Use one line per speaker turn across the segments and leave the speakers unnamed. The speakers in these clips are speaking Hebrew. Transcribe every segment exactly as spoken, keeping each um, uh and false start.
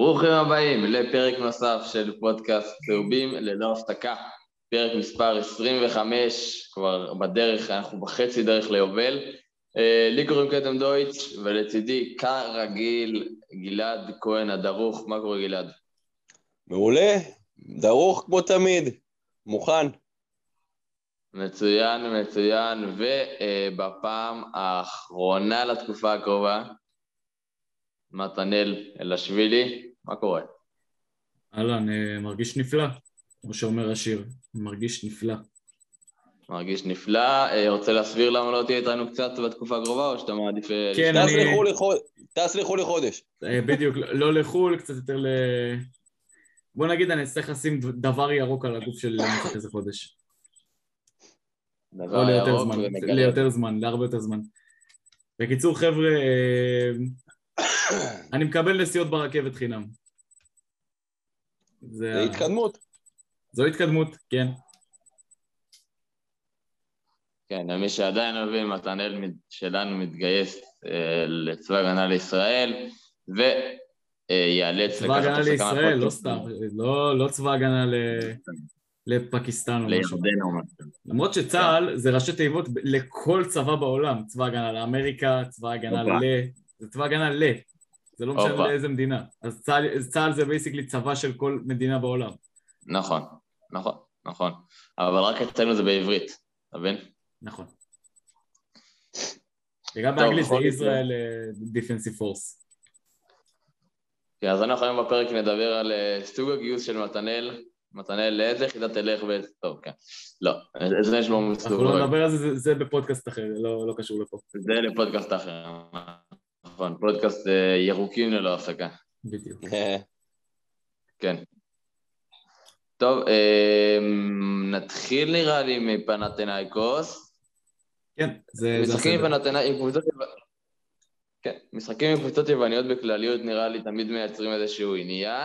ברוכים הבאים לפרק נוסף של פודקאסט צהובים ללא הפסקה, פרק מספר עשרים וחמש, כבר בדרך, אנחנו בחצי דרך ליובל. לי קוראים קדם דויטש, ולצידי כרגיל גלעד כהן הדרוך. מה קורה גלעד?
מעולה, דרוך כמו תמיד, מוכן.
מצוין, מצוין, ובפעם האחרונה לתקופה הקרובה, מתנאל אלשווילי, מה קורה?
אהלן, מרגיש נפלא, כמו שאומר השיר, מרגיש נפלא.
מרגיש נפלא, רוצה להסביר למה לא תהיה איתנו קצת בתקופה הקרובה, או שאתה מעדיף...
כן,
טס
אני...
לחול לחודש. טס לחול לחודש.
בדיוק, לא לחול, קצת יותר ל... בוא נגיד, אני אצטרך לשים דבר ירוק על הגוף של משך איזה חודש.
דבר ירוק
זמן,
ומגלם.
ליותר זמן, להרבה יותר זמן. בקיצור, חבר'ה, אני מקבל נסיעות ברכבת חינם.
זה התקדמות.
זו התקדמות, כן.
כן, למי שעדיין מבין, מתנאל שלנו מתגייס אה, לצבא הגנה לישראל, ויאלץ
צבא הגנה לישראל, לא סתם, לא, לא צבא הגנה ל... לפקיסטן או משהו.
לירדן או משהו.
למרות שצה"ל זה ראשי תיבות לכל צבא בעולם, צבא הגנה לאמריקה, צבא הגנה ל... זה צבא הגנה ל... זה לא משנה לאיזה מדינה. אז צה"ל, צה"ל זה בייסיקלי צבא של כל מדינה בעולם.
נכון, נכון, נכון. אבל רק אצלנו זה בעברית, אתה מבין?
נכון. וגם באנגלית זה Israel Defensive Force.
כן, אז אנחנו היום בפרק נדבר על סוג הגיוס של מתנאל. מתנאל, לאיזה יחידה תלך ואיזה... טוב, כן. לא, איזה יש לו מסוג.
אנחנו לא נדבר על זה, זה בפודקאסט אחר, לא, לא קשור לפה.
זה לפודקאסט אחר. נכון, פודקאסט ירוקים ללא הפסקה.
בדיוק.
כן. טוב, נתחיל נראה לי מפנתנאיקוס.
כן, זה...
משחקים מפנתנאיקוס, כן, משחקים עם קבוצות יווניות בכלליות נראה לי תמיד מייצרים איזשהו עניין.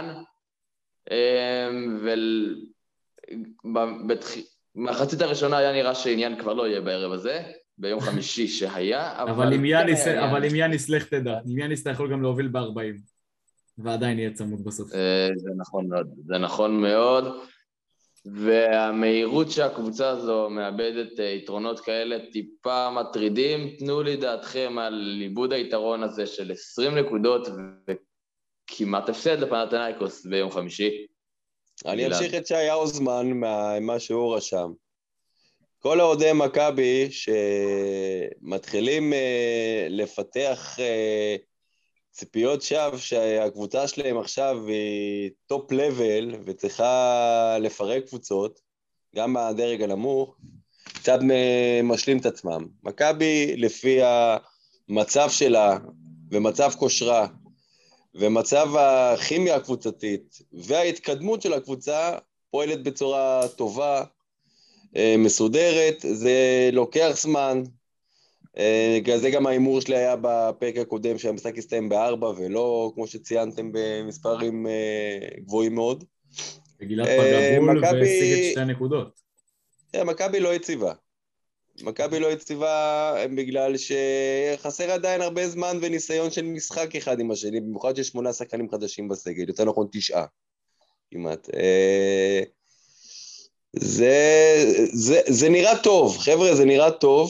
ובמחצית הראשונה היה נראה שעניין כבר לא יהיה בערב הזה, ביום חמישי שהיה,
אבל עם יאניס לך תדע, עם יאניס אתה יכול גם להוביל ב-ארבעים, ועדיין יהיה צמוד בסוף.
זה נכון מאוד, זה נכון מאוד, והמהירות שהקבוצה הזו מאבדת יתרונות כאלה טיפה מטרידים. תנו לי דעתכם על איבוד היתרון הזה של עשרים נקודות וכמעט הפסד לפנתנאיקוס ביום חמישי.
אני אמשיך את שהיה אוזמן מה שהוא רשם. כל האוהדי מכבי שמתחילים לפתח ציפיות שווא שהקבוצה שלהם עכשיו היא טופ לבל וצריכה לפרק קבוצות, גם מהדרג הנמוך, קצת משלים את עצמם. מכבי לפי המצב שלה ומצב כושרה ומצב הכימיה הקבוצתית וההתקדמות של הקבוצה פועלת בצורה טובה, מסודרת, זה לוקח זמן. זה גם האימור שלי היה בפרק הקודם שהמשחק הסתיים בארבע ולא כמו שציינתם במספרים גבוהים מאוד.
וגילת פגע בול והשיג את שתי הנקודות.
מכבי לא יציבה. מכבי לא יציבה בגלל שחסר עדיין הרבה זמן וניסיון של משחק אחד עם השני, במיוחד שיש שמונה שחקנים חדשים בסגל, יותר נכון תשעה כמעט. זה, זה, זה נראה טוב, חבר'ה, זה נראה טוב.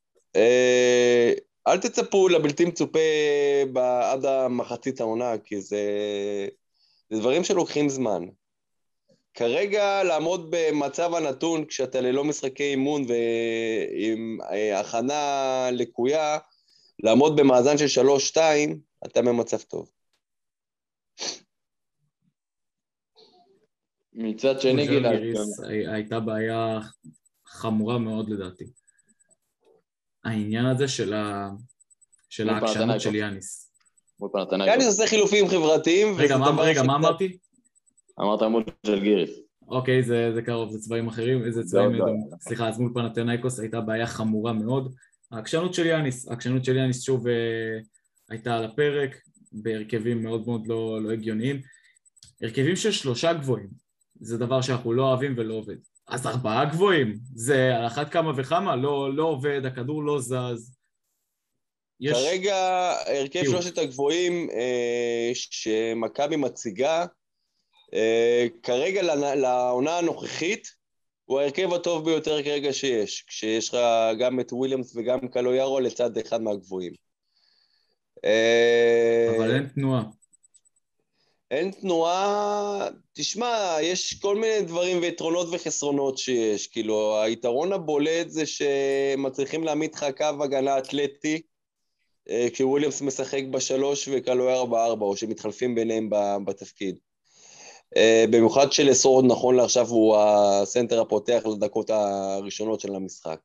אל תצפו לבלתי מצופה עד המחצית העונה, כי זה, זה דברים שלוקחים זמן. כרגע לעמוד במצב הנתון, כשאתה ללא משחקי אימון ועם הכנה לקויה, לעמוד במאזן של שלוש שתיים, אתה במצב טוב.
מצד שני גילה...
הייתה בעיה חמורה מאוד לדעתי. העניין הזה של, ה... של העקשנות של יאניס.
יאניס עושה חילופים חברתיים.
רגע, מה, רגע, מה אמרתי?
אמרת מול של גיריס.
אוקיי, זה, זה קרוב, זה צבעים אחרים, איזה צבעים דומים. סליחה, אז מול פנתנאיקוס הייתה בעיה חמורה מאוד. העקשנות של יאניס, העקשנות של יאניס שוב הייתה על הפרק, בהרכבים מאוד מאוד לא, לא הגיוניים. הרכבים של שלושה גבוהים, זה דבר שאנחנו לא אוהבים ולא עובד. אז ארבעה גבוהים, זה על אחת כמה וכמה, לא, לא עובד, הכדור לא זז. יש...
כרגע, הרכב שלושת הגבוהים אה, שמכבי מציגה, אה, כרגע לעונה הנוכחית, הוא ההרכב הטוב ביותר כרגע שיש, כשיש לך גם את וויליאמס וגם קלויארו לצד אחד מהגבוהים.
אבל אין תנועה.
אין תנועה, תשמע, יש כל מיני דברים ויתרונות וחסרונות שיש, כאילו, היתרון הבולט זה שמצליחים להעמיד לך קו הגנה אתלטי, כשוויליאמס משחק בשלוש וקלויארו בארבע, או שמתחלפים ביניהם בתפקיד. במיוחד שלסורד נכון לעכשיו הוא הסנטר הפותח לדקות הראשונות של המשחק.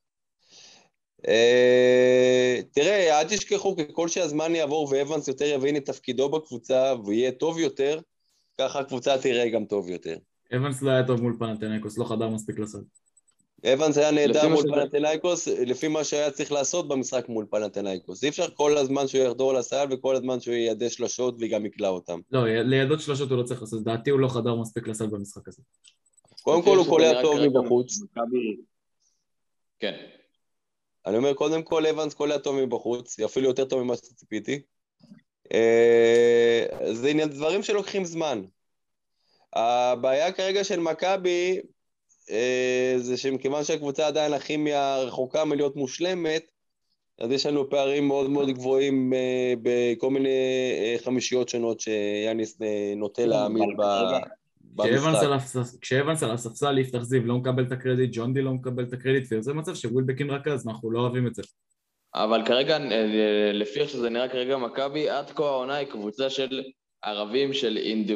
תראה, אל תשכחו, ככל שהזמן יעבור ואבנס יותר יבין את תפקידו בקבוצה ויהיה טוב יותר, ככה הקבוצה תראה גם טוב יותר.
אבנס לא היה טוב מול פנתנייקוס, לא חדר מספיק לסל.
אבנס היה נהדר מול פנתנייקוס, לפי מה שהיה צריך לעשות במשחק מול פנתנייקוס. אי אפשר כל הזמן שהוא יחדור לסל וכל הזמן שהוא יידע שלשות וגם יקלע אותם.
לא, לידות שלשות הוא לא צריך לעשות, דעתי הוא לא חדר מספיק לסל במשחק הזה.
קודם כל הוא קולע טוב מבחוץ.
כן.
אני אומר, קודם כל אבנס קולע טוב מבחוץ, אפילו יותר טוב ממה שציפיתי. זה עניין דברים שלוקחים זמן. הבעיה כרגע של מכבי, זה שמכיוון שהקבוצה עדיין הכימיה רחוקה מלהיות מושלמת, אז יש לנו פערים מאוד מאוד גבוהים בכל מיני חמישיות שונות שיאניס נוטה להעמיד במשחק.
כשאבנס על הספסל יפתח זיו לא מקבל את הקרדיט, ג'ון די לא מקבל את הקרדיט, וזה מצב שווילבקין רכז, אנחנו לא אוהבים את זה.
אבל כרגע, לפי איך שזה נראה כרגע מכבי, עד כה העונה היא קבוצה של ערבים, של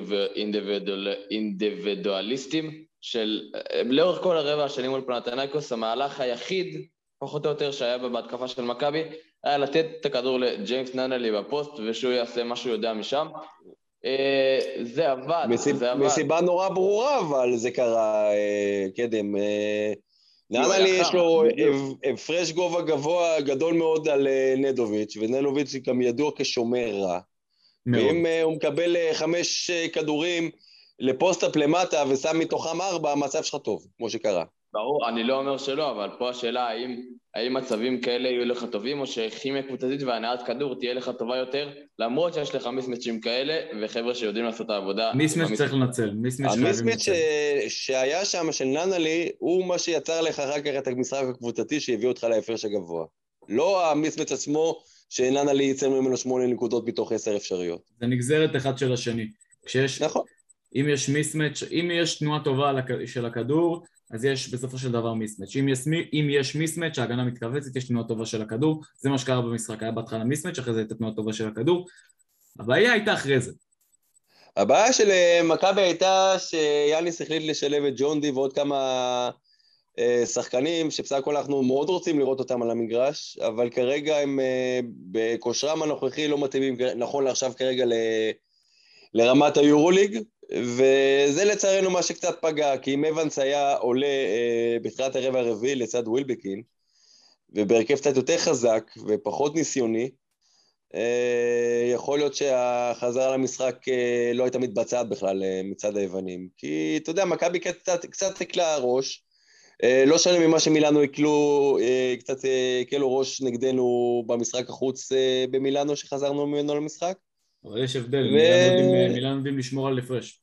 אינדיבידואליסטים, של לאורך כל הרבע השנים מול פנתנייקוס, המהלך היחיד, פחות או יותר שהיה בהתקפה של מכבי, היה לתת את הכדור לג'יימס נאנלי בפוסט, ושהוא יעשה מה שהוא יודע משם. זה עבד, זה עבד.
מסיבה נורא ברורה, אבל זה קרה קדם. נאנלי יש לו הפרש גובה גבוה גדול מאוד על נדוביץ', ונדוביץ' גם ידוע כשומר רע. ואם הוא מקבל חמש כדורים לפוסט-אפ למטה ושם מתוכם ארבע, המצב שלך טוב, כמו שקרה.
ברור, אני לא אומר שלא, אבל פה השאלה, האם, האם מצבים כאלה יהיו לך טובים, או שכימיה קבוצתית והנעת כדור תהיה לך טובה יותר, למרות שיש לך מיסמצ'ים כאלה, וחבר'ה שיודעים לעשות את העבודה.
מיסמצ' צריך לנצל, מיסמצ' חייבים לנצל.
המיסמצ' שהיה שם של נאנלי, הוא מה שיצר לך אחר כך את המשחק הקבוצתי שהביא אותך להפרש הגבוה. לא המיסמצ' עצמו, שנאנלי יצא ממנו שמונה נקודות מתוך עשר אפשריות.
זה נגזרת אחד של השני. כשיש,
נכון.
אם יש מיסמצ', אם יש תנועה טובה של הכדור, אז יש בסופו של דבר מיסמצ'. אם יש, אם יש מיסמצ', ההגנה מתכווצת, יש תנועה טובה של הכדור, זה מה שקרה במשחק, היה בהתחלה מיסמצ', אחרי זה הייתה תנועה טובה של הכדור, הבעיה הייתה אחרי זה.
הבעיה של מכבי הייתה שיאניס החליט לשלב את ג'ון די ועוד כמה שחקנים, שבסך הכל אנחנו מאוד רוצים לראות אותם על המגרש, אבל כרגע הם בכושרם הנוכחי לא מתאימים, נכון לעכשיו כרגע ל... לרמת היורוליג, וזה לצערנו מה שקצת פגע, כי אם אבנס היה עולה אה, בתחילת הרבע הרביעי לצד ווילבקין, ובהרכב קצת יותר חזק ופחות ניסיוני, אה, יכול להיות שהחזרה למשחק אה, לא הייתה מתבצעת בכלל אה, מצד היוונים, כי אתה יודע, מכבי קצת, קצת הקלה ראש, אה, לא שונה ממה שמילאנו הקלו, אה, קצת אה, הקלו ראש נגדנו במשחק החוץ אה, במילאנו שחזרנו ממנו למשחק,
אבל יש הבדל,
ו...
מילאנו יודעים לשמור על הפרש.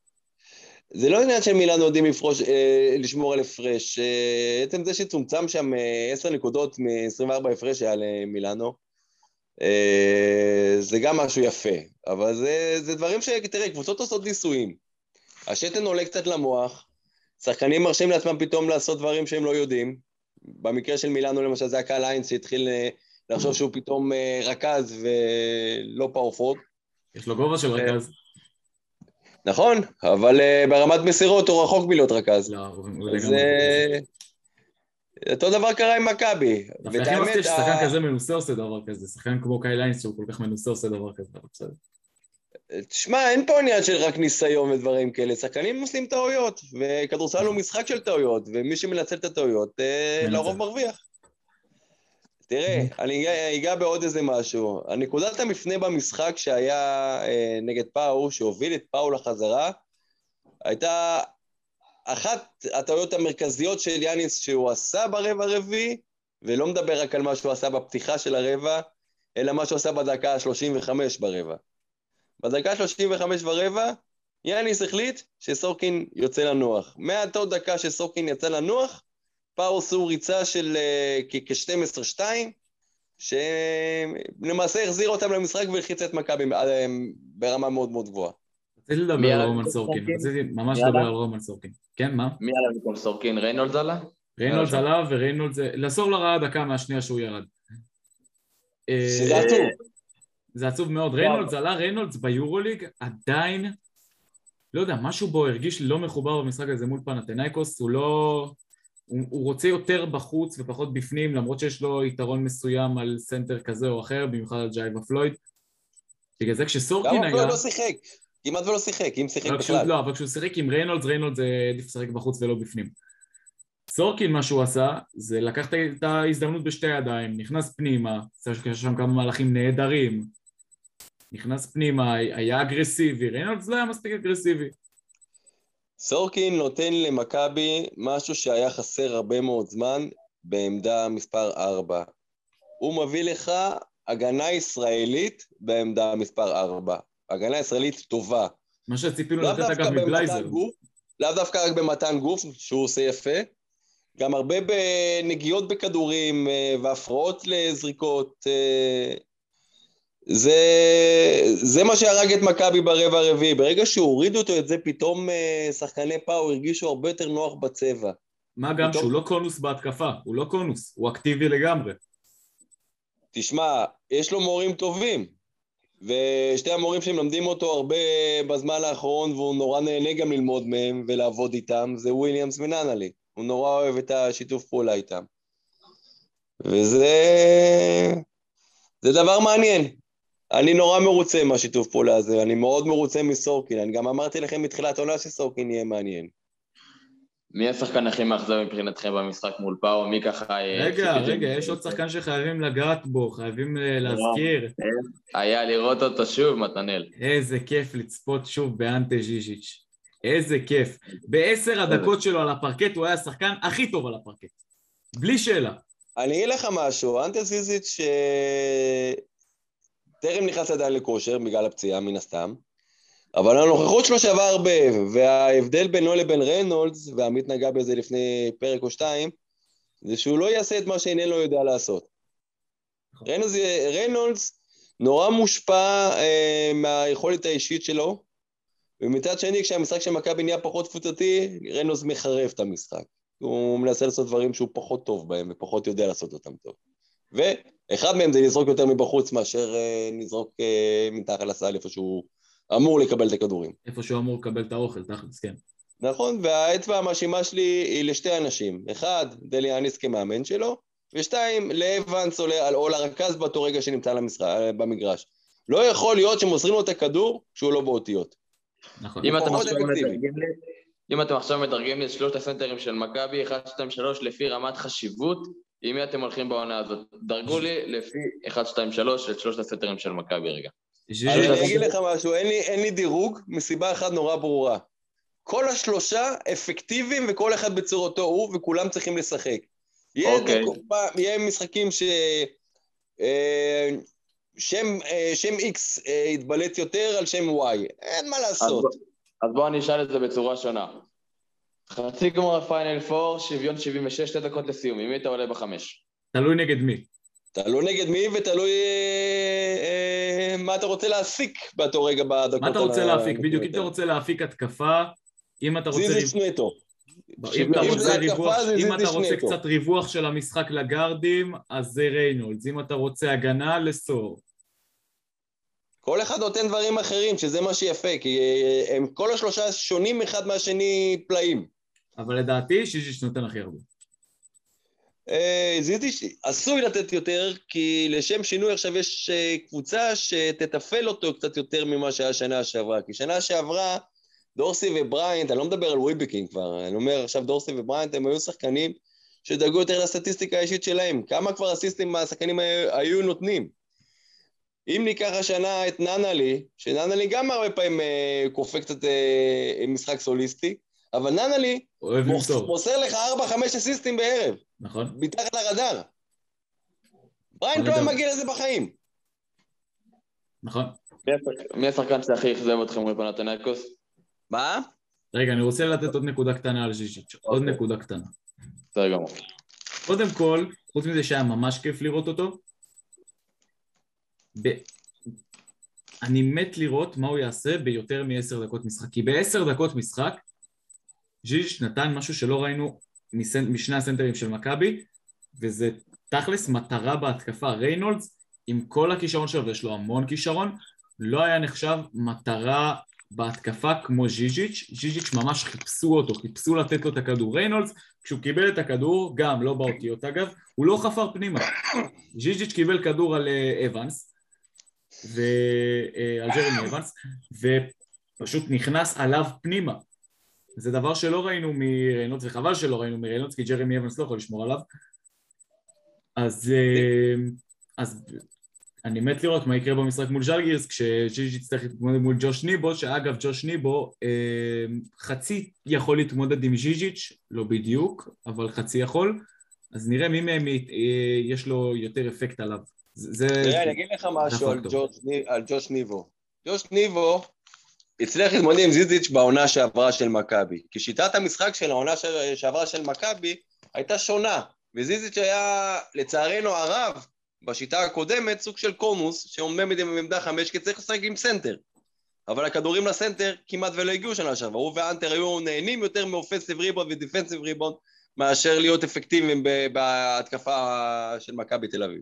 זה לא עניין שמילאנו יודעים לפרוש, אה, לשמור על הפרש. אה, בעצם זה שצומצם שם אה, עשר נקודות מ-עשרים וארבע הפרש היה למילאנו, אה, זה גם משהו יפה. אבל זה, זה דברים ש... תראה, קבוצות עושות ניסויים. השתן עולה קצת למוח, שחקנים מרשים לעצמם פתאום לעשות דברים שהם לא יודעים. במקרה של מילאנו למשל זה הקהל איינס שהתחיל אה, לחשוב שהוא פתאום אה, רכז ולא פאורפורד.
יש לו גובה של רכז.
נכון, אבל uh, ברמת מסירות הוא רחוק מלהיות רכז.
לא, הוא
לגמרי. אותו דבר קרה עם מכבי.
דווקא הכי מפתיע ששחקן כזה מנוסה עושה דבר כזה, שחקן כמו קייל איינס שהוא כל כך מנוסה עושה דבר כזה, אבל בסדר.
תשמע, אין פה עניין של רק ניסיון ודברים כאלה, שחקנים עושים טעויות, וכדורסל הוא משחק של טעויות, ומי שמנצל את הטעויות, לרוב מרוויח. תראה, אני אגע בעוד איזה משהו. הנקודת המפנה במשחק שהיה אה, נגד פאו, שהוביל את פאו לחזרה, הייתה אחת הטעויות המרכזיות של יאניס שהוא עשה ברבע הרביעי, ולא מדבר רק על מה שהוא עשה בפתיחה של הרבע, אלא מה שהוא עשה בדקה ה-שלושים וחמש ברבע. בדקה ה-שלושים וחמש ברבע, יאניס החליט שסורקין יוצא לנוח. מאותו דקה שסורקין יצא לנוח, פאו עשו ריצה של כ-שתים עשרה שתיים, שלמעשה החזיר אותם למשחק והלחיץ את מכבי ברמה מאוד מאוד גבוהה.
רציתי לדבר על רומן סורקין, רציתי ממש לדבר על רומן סורקין. כן, מה?
מי עלה במקום סורקין? ריינולדס עלה?
ריינולדס עלה וריינולדס, לסור לרעה דקה מהשנייה שהוא ירד.
שזה עצוב.
זה עצוב מאוד. ריינולדס עלה, ריינולדס ביורוליג עדיין, לא יודע, משהו בו הרגיש לא מחובר במשחק הזה מול פנתנייקוס, הוא לא... הוא רוצה יותר בחוץ ופחות בפנים, למרות שיש לו יתרון מסוים על סנטר כזה או אחר, במיוחד על ג'ייבה פלויד. בגלל זה כשסורקין היה...
גם פלויד לא שיחק, כמעט ולא שיחק, אם שיחק בכלל.
לא, אבל כשהוא שיחק עם ריינולדס, ריינולדס זה עדיף לשחק בחוץ ולא בפנים. סורקין מה שהוא עשה, זה לקח את ההזדמנות בשתי ידיים, נכנס פנימה, יש שם כמה מהלכים נהדרים, נכנס פנימה, היה אגרסיבי, ריינולדס לא היה מספיק אגרסיבי.
סורקין נותן למכבי משהו שהיה חסר הרבה מאוד זמן בעמדה מספר ארבע. הוא מביא לך הגנה ישראלית בעמדה מספר ארבע. הגנה ישראלית טובה.
מה שציפינו לתת אגב מבלייזר.
לאו דווקא רק במתן גוף, שהוא עושה יפה, גם הרבה בנגיעות בכדורים והפרעות לזריקות. זה, זה מה שהרג את מכבי ברבע הרביעי. ברגע שהורידו אותו את זה, פתאום שחקני פאו הרגישו הרבה יותר נוח בצבע.
מה גם פתאום... שהוא לא קונוס בהתקפה, הוא לא קונוס, הוא אקטיבי לגמרי.
תשמע, יש לו מורים טובים, ושתי המורים שהם למדים אותו הרבה בזמן האחרון, והוא נורא נהנה גם ללמוד מהם ולעבוד איתם, זה וויליאמס וננלי. הוא נורא אוהב את השיתוף פעולה איתם. וזה... זה דבר מעניין. אני נורא מרוצה מהשיתוף פעולה הזה, אני מאוד מרוצה מסורקין, אני גם אמרתי לכם מתחילת העונה שסורקין יהיה מעניין.
מי השחקן הכי מאכזב מבחינתכם במשחק מול פאו? מי ככה...
רגע, רגע, יש עוד שחקן שחייבים לגעת בו, חייבים להזכיר.
היה לראות אותו שוב, מתנאל.
איזה כיף לצפות שוב באנטה ז'יז'יץ'. איזה כיף. בעשר הדקות שלו על הפרקט הוא היה השחקן הכי טוב על הפרקט. בלי שאלה. אני
אגיד לך משהו, אנטה ז'יז'יץ' טרם נכנס עדיין לכושר בגלל הפציעה מן הסתם, אבל הנוכחות שלו שווה הרבה, וההבדל בינו לבין ריינולדס, ועמית נגע בזה לפני פרק או שתיים, זה שהוא לא יעשה את מה שאיננו יודע לעשות. ריינולדס, ריינולדס נורא מושפע אה, מהיכולת האישית שלו, ומצד שני כשהמשחק של מכבי נהיה פחות קבוצתי, ריינולדס מחרב את המשחק. הוא מנסה לעשות דברים שהוא פחות טוב בהם, ופחות יודע לעשות אותם טוב. ואחד מהם זה לזרוק יותר מבחוץ, מאשר אה, נזרוק אה, מתחת לסל, איפה שהוא אמור לקבל את הכדורים.
איפה שהוא אמור לקבל את האוכל, תכלס, כן.
נכון, והאצבע המאשימה שלי היא לשתי אנשים. אחד, דלי אניס כמאמן שלו, ושתיים, לאבנס או, או לרכז באותו רגע שנמצא למשחק, במגרש. לא יכול להיות שמוסרים לו את הכדור כשהוא לא באותיות.
נכון.
אם אתם עכשיו מדרגים לי, אם אתם עכשיו מדרגים לי את שלושת הסנטרים של מכבי, אחת, שתיים, שלוש, לפי רמת חשיבות, עם מי אתם הולכים בעונה הזאת? דרגו לי לפי אחת, שתיים, שלוש, את שלושת הסנטרים של מכבי רגע.
אני אגיד לך משהו, אין לי, אין לי דירוג מסיבה אחת נורא ברורה. כל השלושה אפקטיביים וכל אחד בצורתו הוא, וכולם צריכים לשחק. יהיה, okay. דקו, יהיה משחקים ש... שם, שם X יתבלט יותר על שם Y. אין מה לעשות.
אז, אז בואו אני אשאל את זה בצורה שונה. חצי גמר הפיינל פור, שוויון שבעים ושש, שתי דקות לסיום. עם מי אתה עולה בחמש?
תלוי נגד מי.
תלוי נגד מי ותלוי אה, אה, מה אתה רוצה להפיק באותו רגע בדקות.
מה אתה רוצה להפיק? בדיוק, אם אתה רוצה להפיק התקפה, אם אתה רוצה...
זיזיץ' נטו.
אם אתה רוצה ריווח, אם אתה רוצה קצת ריווח של המשחק לגארדים, אז זה ריינולדס. אם אתה רוצה הגנה, לסור.
כל אחד נותן דברים אחרים, שזה מה שיפה, כי הם כל השלושה שונים אחד מהשני פלאים. אבל
לדעתי, ז'יז'יץ' נותן הכי הרבה.
זיזיץ' עשוי לתת יותר, כי לשם שינוי עכשיו יש קבוצה שתתפעל אותו קצת יותר ממה שהיה שנה שעברה, כי שנה שעברה, דורסי ובריינט, אני לא מדבר על וויבקין כבר, אני אומר עכשיו דורסי ובריינט, הם היו שחקנים שדאגו יותר לסטטיסטיקה האישית שלהם, כמה כבר אסיסטים מהשחקנים היו נותנים. אם ניקח השנה את ננלי, שננלי גם הרבה פעמים קופא קצת משחק סוליסטי, אבל ננלי מוסר לך ארבע חמש אסיסטים בערב.
נכון.
מתחת לרדאר. בריינט לא מגיע לזה בחיים.
נכון.
מי השחקן שהכי אכזב אתכם מול פנתנייקוס?
מה?
רגע, אני רוצה לתת עוד נקודה קטנה על ז'יז'יץ', עוד נקודה קטנה.
בסדר גמור.
קודם כל, חוץ מזה שהיה ממש כיף לראות אותו, ב... אני מת לראות מה הוא יעשה ביותר מ-עשר דקות משחק, כי ב-עשר דקות משחק, ז'יז'יץ' נתן משהו שלא ראינו משני הסנטרים של מכבי, וזה תכלס מטרה בהתקפה. ריינולדס, עם כל הכישרון שלו, ויש לו המון כישרון, לא היה נחשב מטרה בהתקפה כמו ז'יז'יץ'. ז'יז'יץ' ממש חיפשו אותו, חיפשו לתת לו את הכדור. ריינולדס, כשהוא קיבל את הכדור, גם לא באותיות אגב, הוא לא חפר פנימה. ז'יז'יץ' קיבל כדור על אבנס, ועל ג'רמי אבנס, ופשוט נכנס עליו פנימה. זה דבר שלא ראינו מריינולדס, וחבל שלא ראינו מריינולדס, כי ג'רמי אבנס לא יכול לשמור עליו. אז, אז אני מת לראות מה יקרה במשחק מול ז'לגיריס, כשז'יז'יץ' יצטרך להתמודד מול ג'וש ניבו, שאגב ג'וש ניבו חצי יכול להתמודד עם ז'יז'יץ', לא בדיוק, אבל חצי יכול, אז נראה מי מהם יש לו יותר אפקט עליו.
תראה, אני אגיד לך משהו על ג'וש ניבו. ג'וש ניבו הצליח להתמודד עם ז'יז'יץ' בעונה שעברה של מכבי, כי שיטת המשחק של העונה שעברה של מכבי הייתה שונה, וז'יז'יץ' היה לצערנו הרב, בשיטה הקודמת סוג של קונוס, שעומד בעמדה חמש, כי צריך לשחק עם סנטר. אבל הכדורים לסנטר כמעט ולא הגיעו שנה שעברה, הוא ואנטר היו נהנים יותר מאופנסיב ריבאונד ודיפנסיב רibond, מאשר להיות אפקטיביים בהתקפה של מכבי תל אביב.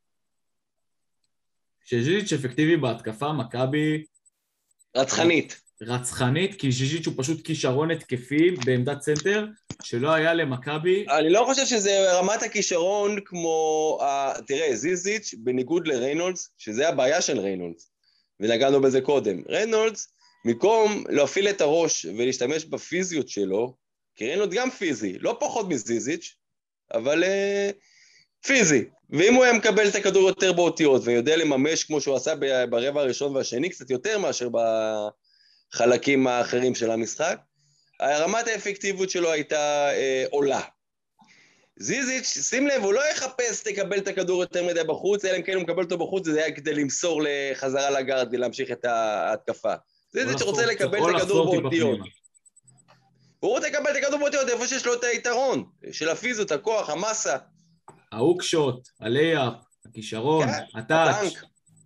שז'יז'יץ' אפקטיבי בהתקפה, מכבי...
רצחנית.
רצחנית, כי ז'יז'יץ' הוא פשוט כישרון התקפי בעמדת סנטר, שלא היה למכבי.
אני לא חושב שזה רמת הכישרון כמו... תראה, ז'יז'יץ' בניגוד לריינולדס, שזה הבעיה של ריינולדס, ונגענו בזה קודם. ריינולדס, מקום להפעיל את הראש ולהשתמש בפיזיות שלו, כי ריינולדס גם פיזי, לא פחות מז'יז'יץ', אבל פיזי. ואם הוא היה מקבל את הכדור יותר באותיות, ויודע לממש כמו שהוא עשה ברבע הראשון והשני, קצת יותר מאשר בחלקים האחרים של המשחק, הרמת האפקטיביות שלו הייתה אה, עולה. ז'יז'יץ', שים לב, הוא לא יחפש לקבל את הכדור יותר מדי בחוץ, אלא אם כן הוא מקבל אותו בחוץ, זה היה כדי למסור לחזרה לגארד ולהמשיך את ההתקפה. ז'יז'יץ' רוצה לקבל את הכדור באותיות. הוא רוצה לקבל את הכדור באותיות, איפה שיש לו את היתרון, של הפיזיות, הכוח, המסה.
ההוקשוט, הלייאפ, הכישרון, הטאץ',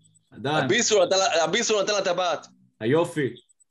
הביסו נתן לטבעת.
היופי.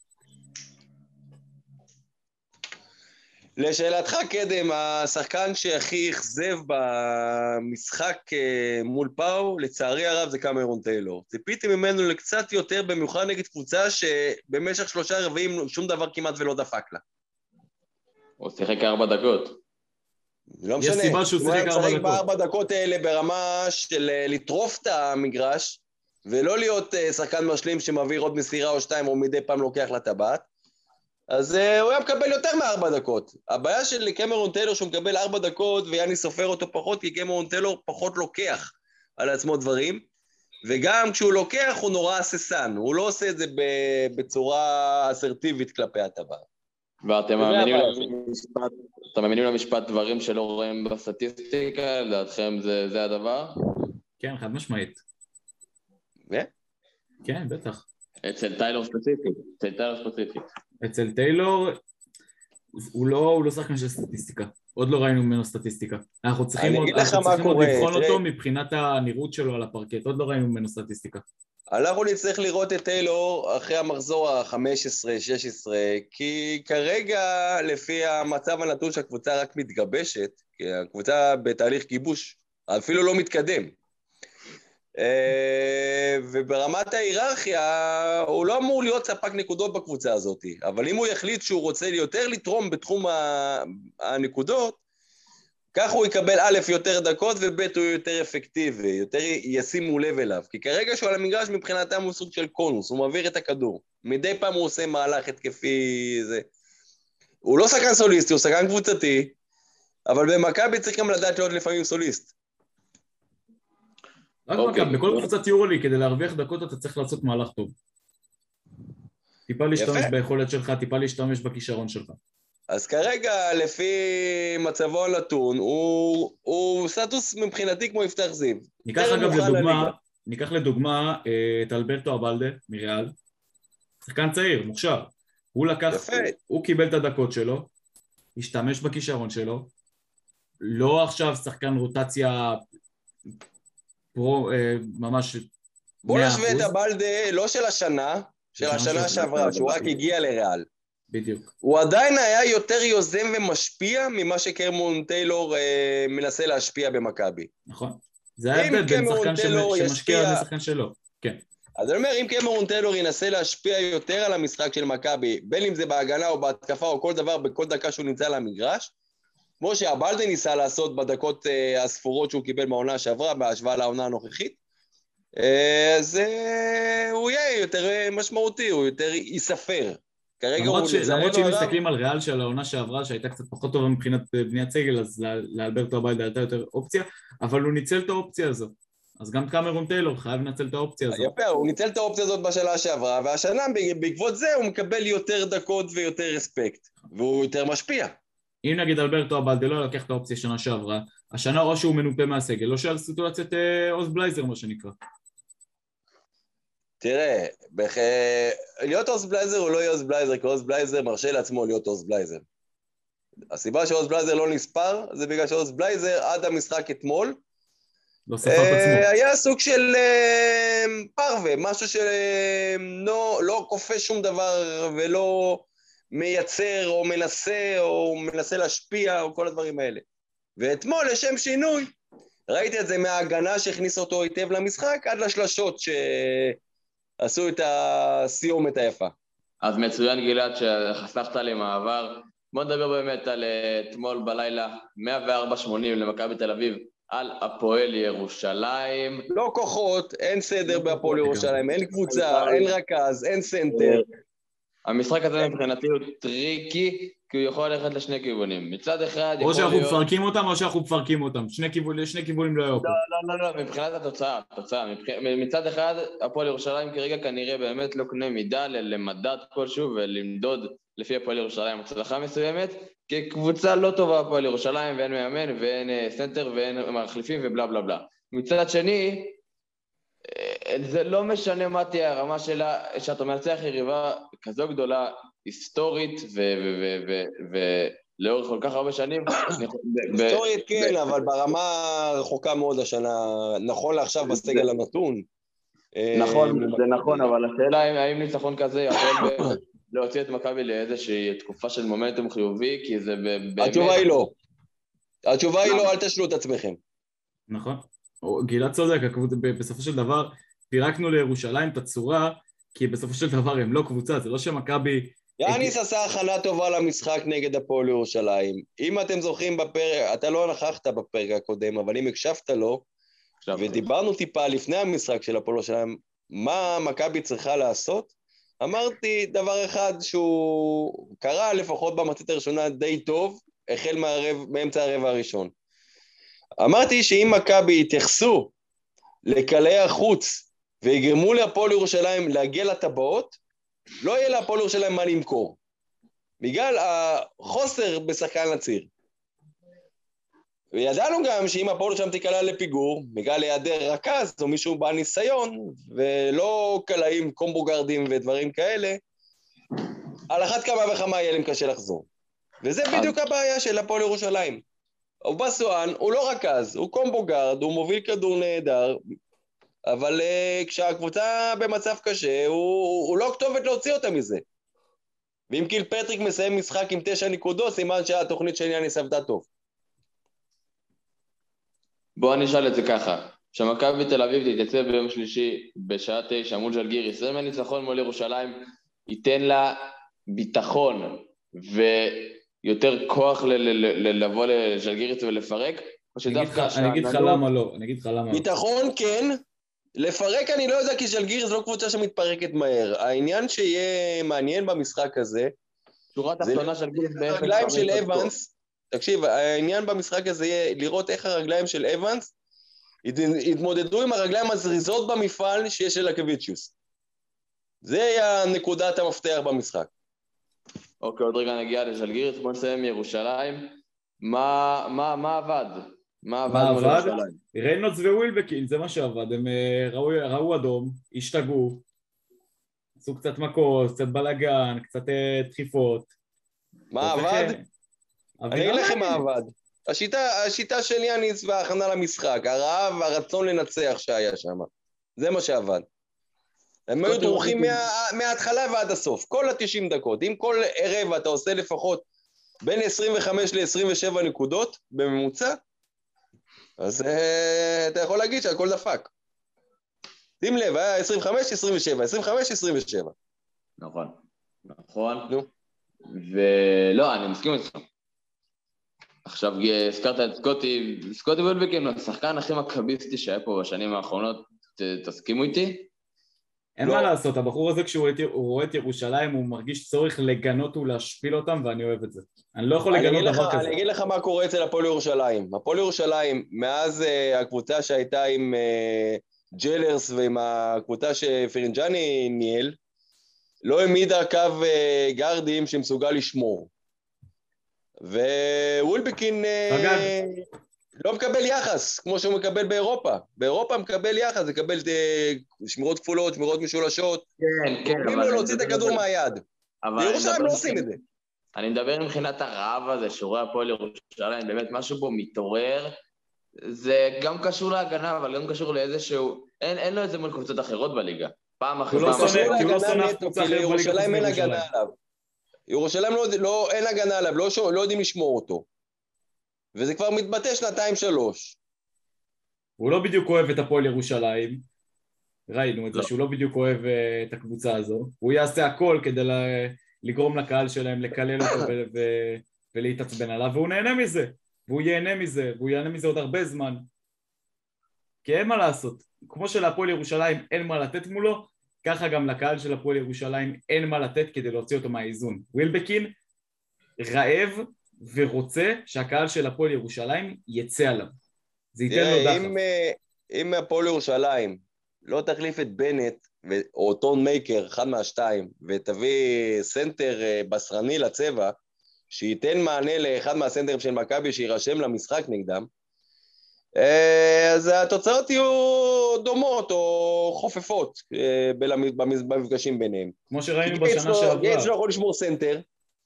לשאלתך קדם, השחקן שהכי אכזב במשחק מול פאו, לצערי הרב זה קמרון טיילור. ציפיתי ממנו לקצת יותר, במיוחד נגד קבוצה שבמשך שלושה רבעים שום דבר כמעט ולא דפק לה.
הוא שיחק ארבע דקות.
לא משנה.
יש סיבה שהוא שיחק ארבע דקות. הוא היה
בארבע דקות האלה ברמה של לטרוף את המגרש, ולא להיות שחקן משלים שמעביר עוד מסירה או שתיים, או מדי פעם לוקח לטבעת. אז uh, הוא היה מקבל יותר מארבע דקות. הבעיה של קמרון טיילור שהוא מקבל ארבע דקות, ויאני סופר אותו פחות, כי קמרון טיילור פחות לוקח על עצמו דברים, וגם כשהוא לוקח הוא נורא אססן, הוא לא עושה את זה בצורה אסרטיבית כלפי הטבעת.
ואתם מאמינים למשפט דברים שלא רואים בסטטיסטיקה, לדעתכם זה, זה הדבר?
כן, חד משמעית.
ו?
כן, בטח.
אצל טיילור ספציפית, אצל טיילור ספציפית.
אצל טיילור, הוא לא, הוא לא שחקן של סטטיסטיקה. עוד לא ראינו ממנו סטטיסטיקה. אנחנו צריכים עוד, אנחנו צריכים עוד לבחון אותו מבחינת הנראות שלו על הפרקט. עוד לא ראינו ממנו סטטיסטיקה.
אנחנו נצטרך לראות את טיילור אחרי המחזור ה-חמש עשרה שש עשרה, כי כרגע לפי המצב הנתון שהקבוצה רק מתגבשת, כי הקבוצה בתהליך גיבוש, אפילו לא מתקדם. וברמת ההיררכיה הוא לא אמור להיות ספק נקודות בקבוצה הזאת, אבל אם הוא יחליט שהוא רוצה יותר לתרום בתחום הנקודות, כך הוא יקבל א' יותר דקות וב' הוא יותר אפקטיבי, יותר ישימו לב אליו, כי כרגע שהוא על המגרש מבחינתם הוא סוג של קונוס, הוא מעביר את הכדור, מדי פעם הוא עושה מהלך התקפי, זה. הוא לא שחקן סוליסטי, הוא שחקן קבוצתי, אבל במכבי צריך גם לדעת להיות לפעמים סוליסט.
רק מכבי, בכל קבוצת יורוליג, כדי להרוויח דקות אתה צריך לעשות מהלך טוב. טיפה להשתמש ביכולת שלך, טיפה להשתמש בכישרון שלך.
אז כרגע, לפי מצבו הנתון, הוא, הוא סטטוס מבחינתי כמו יפתח זיו.
ניקח אגב לדוגמה, ניקח לדוגמה את אלברטו אבלדה מריאל, שחקן צעיר, מוכשר. הוא לקח, הוא, הוא קיבל את הדקות שלו, השתמש בכישרון שלו, לא עכשיו שחקן רוטציה פרו, ממש
בוא נשווה את אבלדה, לא של השנה, של השנה שעברה, שהוא רק הגיע לריאל.
בדיוק.
הוא עדיין היה יותר יוזם ומשפיע ממה שקרמון טיילור אה, מנסה להשפיע במכבי.
נכון. זה היה הבדל בין שחקן שמשקיע לשחקן שלו. כן.
אז אני אומר, אם קרמון טיילור ינסה להשפיע יותר על המשחק של מכבי, בין אם זה בהגנה או בהתקפה או כל דבר, בכל דקה שהוא נמצא על המגרש, כמו שאבלדה ניסה לעשות בדקות אה, הספורות שהוא קיבל מהעונה שעברה, בהשוואה לעונה הנוכחית, אז אה, הוא יהיה יותר משמעותי, הוא יותר יספר.
למרות שאם מסתכלים על ריאל של העונה שעברה, שהייתה קצת פחות טובה מבחינת בניית סגל, אז לאלברטו אבלדה הייתה יותר אופציה, אבל הוא ניצל את האופציה הזו. אז גם קמרון טיילור חייב לנצל את האופציה הזו.
יפה, הוא ניצל את האופציה הזאת בשנה שעברה, והשנה בעקבות זה הוא מקבל יותר דקות ויותר רספקט, והוא יותר משפיע.
אם נגיד אלברטו אבלדה לא לקח את האופציה שנה שעברה, השנה או שהוא מנופה מהסגל, או שעל סיטואציית אוז בלייזר, מה שנקרא.
תראה, בח... להיות אוז בלייזר הוא לא יהיה אוז בלייזר, כי אוז בלייזר מרשה לעצמו להיות אוז בלייזר. הסיבה שאוז בלייזר לא נספר, זה בגלל שאוז בלייזר עד המשחק אתמול,
לא ספר את עצמו.
היה סוג של פרווה, משהו שלא כופה שום דבר ולא מייצר או מנסה או מנסה להשפיע או כל הדברים האלה. ואתמול לשם שינוי, ראיתי את זה מההגנה שהכניס אותו היטב למשחק עד לשלשות שעשו את הסיומת היפה.
אז מצוין גלעד שחסכת לי מעבר. בוא נדבר באמת על אתמול בלילה מאה וארבע שמונים למכבי תל אביב על הפועל ירושלים.
לא כוחות, אין סדר בהפועל ירושלים, אין קבוצה, אין רכז, אין סנטר.
המשחק הזה מבחינתי הוא טריקי, כי הוא יכול ללכת לשני כיוונים. מצד אחד יכול
להיות... או שאנחנו מפרקים אותם, או שאנחנו מפרקים אותם. שני כיוונים, שני כיוונים לא היו פה.
לא, לא, לא, מבחינת התוצאה, התוצאה. מצד אחד, הפועל ירושלים כרגע כנראה באמת לא קנה מידה למדד כלשהו, ולמדוד לפי הפועל ירושלים הצלחה מסוימת, כי קבוצה לא טובה הפועל ירושלים, ואין מאמן, ואין סנטר, ואין מחליפים, ובלה בלה בלה. מצד שני, זה לא משנה מה תהיה הרמה שלה, שאתה מנצח יריבה כזו גדולה, היסטורית, ולאורך כל כך הרבה שנים.
היסטורית כן, אבל ברמה רחוקה מאוד השנה, נכון לעכשיו בסגל הנתון.
נכון, זה נכון, אבל השאלה האם ניצחון כזה יכול להוציא את מכבי לאיזושהי תקופה של מומנטום חיובי, כי זה באמת...
התשובה היא לא. התשובה היא לא, אל תשלו את עצמכם.
נכון. גלעד צודק, בסופו של דבר פירקנו לירושלים את הצורה, כי בסופו של דבר הם לא קבוצה, זה לא שמכבי...
יאניס עשה הכנה טובה למשחק נגד הפועל ירושלים. אם אתם זוכרים בפרק, אתה לא נכחת בפרק הקודם, אבל אם הקשבת לו, ודיברנו טיפה לפני המשחק של הפועל ירושלים, מה מכבי צריכה לעשות, אמרתי דבר אחד שהוא קרה לפחות במחצית הראשונה די טוב, החל מאמצע הרבע הראשון. אמרתי שאם מכבי יתייחסו לקלעי החוץ ויגרמו להפועל ירושלים להגיע לטבעות, לא יהיה להפועל ירושלים מה למכור. בגלל החוסר בשחקן הציר. וידענו גם שאם הפועל ירושלים תיקלע לפיגור, בגלל היעדר רכז או מישהו בעל ניסיון, ולא קלעים קומבוגרדים ודברים כאלה, על אחת כמה וכמה יהיה להם קשה לחזור. וזה בדיוק הבעיה של הפועל ירושלים. אובסואן הוא לא רכז, הוא קומבוגרד, הוא מוביל כדור נהדר, אבל uh, כשהקבוצה במצב קשה, הוא, הוא לא כתובת להוציא אותה מזה. ואם קיל פטריק מסיים משחק עם תשע נקודות, סימן שהתוכנית של יאניס עבדה טוב.
בואו נשאל את זה ככה, שמכבי תל אביב תתייצב ביום שלישי בשעה תשע מול ז'לגיריס, זה מהניצחון מול ירושלים, ייתן לה ביטחון ויותר כוח לבוא לז'לגיריס ולפרק,
אני אגיד לך למה לא, אני אגיד לך למה.
ביטחון כן, לפרק אני לא יודע, כי ז'לגיריס לא קבוצה שמתפרקת מהר. העניין שיהיה מעניין במשחק הזה,
שורת התחתונה של גיריס בערך
הרגליים של אבנס, תקשיב, העניין במשחק הזה יהיה לראות איך הרגליים של אבנס יתמודדו עם הרגליים הזריזות במפעל שיש ללקוויצ'יוס. זה יהיה נקודת המפתח במשחק.
אוקיי, עוד רגע נגיע לז'לגיריס, בוא נסיים מירושלים. מה, מה, מה עבד?
מה עבד מול ירושלים?
ריינולדס ווילבקין, זה מה שעבד, הם ראו, ראו אדום, השתגעו, עשו קצת מכות, קצת בלגן, קצת דחיפות.
מה עבד? אני אגיד לכם מה עבד. השיטה, השיטה של יאניס וההכנה למשחק, הרעב והרצון לנצח שהיה שם. זה מה שעבד. הם היו דרוכים מה, מההתחלה ועד הסוף, כל ה-תשעים דקות. אם כל ערב אתה עושה לפחות בין עשרים וחמש ל-עשרים ושבע נקודות בממוצע, אז uh, אתה יכול להגיד שהכל דפק. שים לב, היה עשרים וחמש עשרים ושבע, עשרים וחמש עשרים ושבע.
נכון, נכון.
נו.
ולא, אני מסכים איתך. עכשיו הזכרת את סקוטי, סקוטי וילבקין, השחקן הכי מכביסטי שהיה פה בשנים האחרונות, תסכימו איתי?
אין מה לעשות, הבחור הזה כשהוא רואה את ירושלים הוא מרגיש צורך לגנות ולהשפיל אותם ואני אוהב את זה. אני לא יכול לגנות דבר כזה.
אני אגיד לך מה קורה אצל הפועל ירושלים. הפועל ירושלים, מאז הקבוצה שהייתה עם ג'לרס ועם הקבוצה שפרינג'אני ניהל, לא העמידה קו גארדים שמסוגל לשמור. ווילבקין לא מקבל יחס, כמו שהוא מקבל באירופה. באירופה מקבל יחס, זה מקבל שמירות כפולות, שמירות משולשות.
כן, כן.
אם לא להוציא את הכדור מהיד. בירושלים לא עושים את זה.
אני מדבר מבחינת הרעב הזה, שרואה הפועל ירושלים, באמת משהו בו מתעורר, זה גם קשור להגנה, אבל גם קשור לאיזשהו, אין לו את זה מול קבוצות אחרות בליגה. פעם אחרי פעם.
קשור להגנה נטו, כי לירושלים אין הגנה עליו. ירושלים לא, אין הגנה עליו, לא, לא יודעים לשמור אותו. וזה כבר מתבטא שנתיים שלוש.
הוא לא בדיוק אוהב את הפועל ירושלים, ראינו את זה, שהוא לא בדיוק אוהב את הקבוצה הזו, הוא יעשה הכל כדי לגרום לקהל שלהם, לקלל אותו ולהתעצבן עליו, והוא נהנה מזה, והוא ייהנה מזה, והוא ייהנה מזה עוד הרבה זמן. כי אין מה לעשות, כמו שלהפועל ירושלים אין מה לתת מולו, ככה גם לקהל של הפועל ירושלים אין מה לתת כדי להוציא אותו מהאיזון. ווילבקין רעב ורוצה שהקהל של הפועל ירושלים יצא עליו. זה ייתן לו דחף. אם,
אם הפועל ירושלים לא תחליף את בנט או טון מייקר, אחד מהשתיים, ותביא סנטר בסרני לצבע, שייתן מענה לאחד מהסנטרים של מכבי שירשם למשחק נגדם, אז התוצאות יהיו דומות או חופפות במפגשים ביניהם.
כמו שראינו בשנה שעברה.
גייטס לא יכול לשמור סנטר,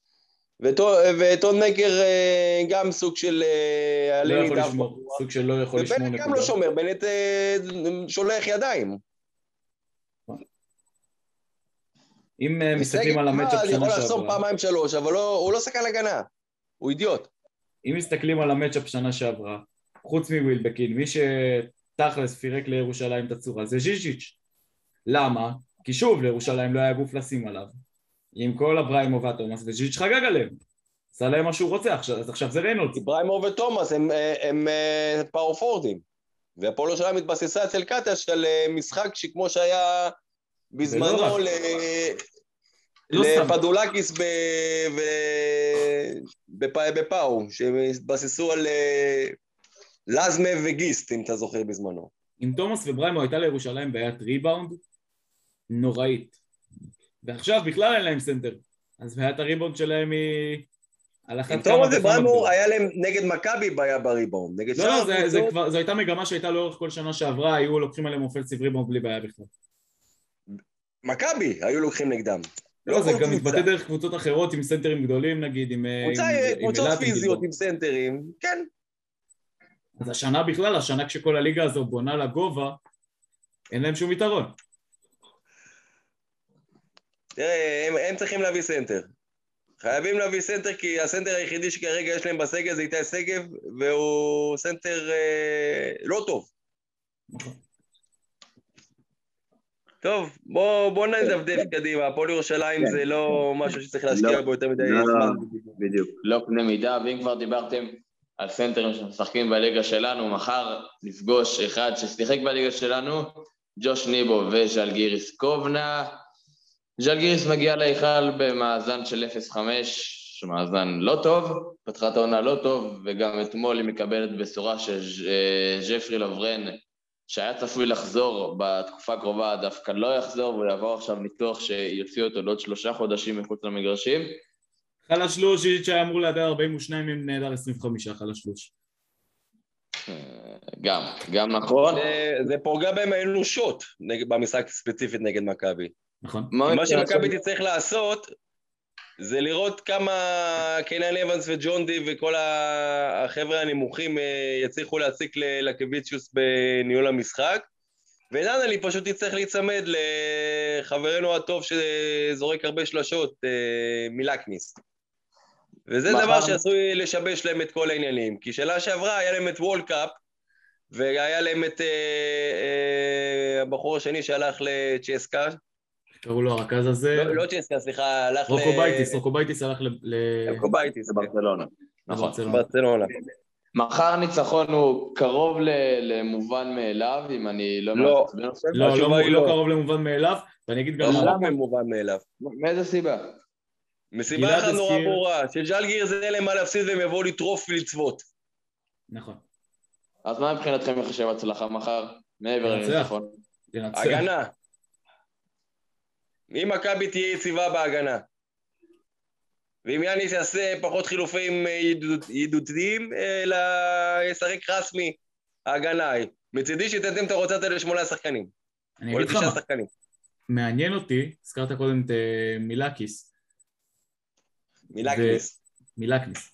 וטון מייקר גם סוג של...
לא יכול לשמור, סוג של לא יכול לשמור נקודה.
ובנט גם לא שומר, בנט שולח ידיים.
אם מסתכלים על המצ'אפ שנה שעברה...
אני יכול לחסום פעמיים שלוש, אבל הוא לא שחקן הגנה, הוא אידיוט.
אם מסתכלים על המצ'אפ שנה שעברה, חוץ מווילבקין, מי שתכלס פירק לירושלים את הצורה, זה ז'יז'יץ'. למה? כי שוב, לירושלים לא היה גוף לשים עליו. עם כל אבריימו והתומאס, וז'יז'יץ' חגג עליהם. עשה להם מה שהוא רוצה, אז עכשיו זה ריינולדס.
אבריימו ותומאס הם, הם פאורפורדים, והפועל ירושלים התבססה אצל קטש על משחק שכמו שהיה בזמנו ל... לפדולקיס בפאו, שהתבססו על לזמה וגיסט, אם אתה זוכר בזמנו.
עם תומאס ובריימו הייתה לירושלים בעיית ריבאונד נוראית. ועכשיו בכלל אין להם סנטר. אז בעיית הריבאונד שלהם היא...
עם תומאס ובריימו היה להם נגד מכבי בעיה בריבאונד.
לא, לא, זו הייתה מגמה שהייתה לאורך כל שנה שעברה, היו לוקחים עליהם אופנסיב ריבאונד בלי בעיה בכלל.
מכבי היו לוקחים נגדם.
לא, זה גם מתבטא דרך קבוצות אחרות עם סנטרים גדולים נגיד, עם...
קבוצות פיזיות עם סנטרים, כן.
אז השנה בכלל, השנה כשכל הליגה הזו בונה לגובה, אין להם שום יתרון.
תראה, הם, הם צריכים להביא סנטר. חייבים להביא סנטר, כי הסנטר היחידי שכרגע יש להם בסגל זה איתי שגב, והוא סנטר אה, לא טוב. טוב, בוא, בוא נדפדף קדימה, הפועל ירושלים זה לא משהו שצריך להשקיע בו יותר מדי זמן.
בדיוק, לא קנה מידה, ואם כבר דיברתם על סנטרים שמשחקים בליגה שלנו, מחר נפגוש אחד ששיחק בליגה שלנו, ג'וש ניבו וז'לגיריס קובנה. ז'לגיריס מגיע להיכל במאזן של אפס חמש, שמאזן לא טוב, פתחת העונה לא טוב, וגם אתמול היא מקבלת בשורה שג'פרי לברן, שהיה צפוי לחזור בתקופה הקרובה, דווקא לא יחזור, והוא יעבור עכשיו ניתוח שיוציא אותו לעוד שלושה חודשים מחוץ למגרשים.
חלשלוש, שהיה אמור להדר ארבעים ושניים עם נהדר עשרים וחמש, חלשלוש.
גם, גם נכון.
זה, זה פוגע בהם האנושות במשחק ספציפית נגד מכבי.
נכון.
מה שמכבי תצטרך לעשות, זה לראות כמה קיינן אבנס וג'ון די וכל החבר'ה הנמוכים יצליחו להציק לקוויצ'יוס בניהול המשחק, ונאנלי פשוט יצטרך להיצמד לחברנו הטוב שזורק הרבה שלשות, מילקניס. וזה דבר שעשוי לשבש להם את כל העניינים, כי שאלה שעברה היה להם את וולד קאפ, והיה להם את הבחור השני שהלך לצ'סקה,
קראו לו הרכז הזה.
לא, לא צ'סקה, סליחה, הלך ל...
רוקובייטיס, רוקובייטיס הלך ל...
רוקובייטיס,
זה ברצלונה.
נכון,
ברצלונה.
מחר ניצחון הוא קרוב למובן מאליו, אם אני לא...
לא,
לא קרוב למובן מאליו, ואני אגיד גם...
למה מובן מאליו?
מאיזה סיבה?
מסיבה אחת נורא ברורה, שג'לגיריס אין להם מה להפסיד והם יבואו לטרוף ולצוות.
נכון.
אז מה מבחינתכם יחשב הצלחה מחר? מעבר לניצחון.
הגנה. אם מכבי תהיה יציבה בהגנה, ואם יאניס יעשה פחות חילופים ידידותיים, אלא ישחק רסמי ההגנה, מצידי שתתם את הרוצת האלה לשמונה שחקנים.
אני אגיד לך מה, מעניין אותי, הזכרת קודם את מילקיס.
מילקניס.
מילקניס.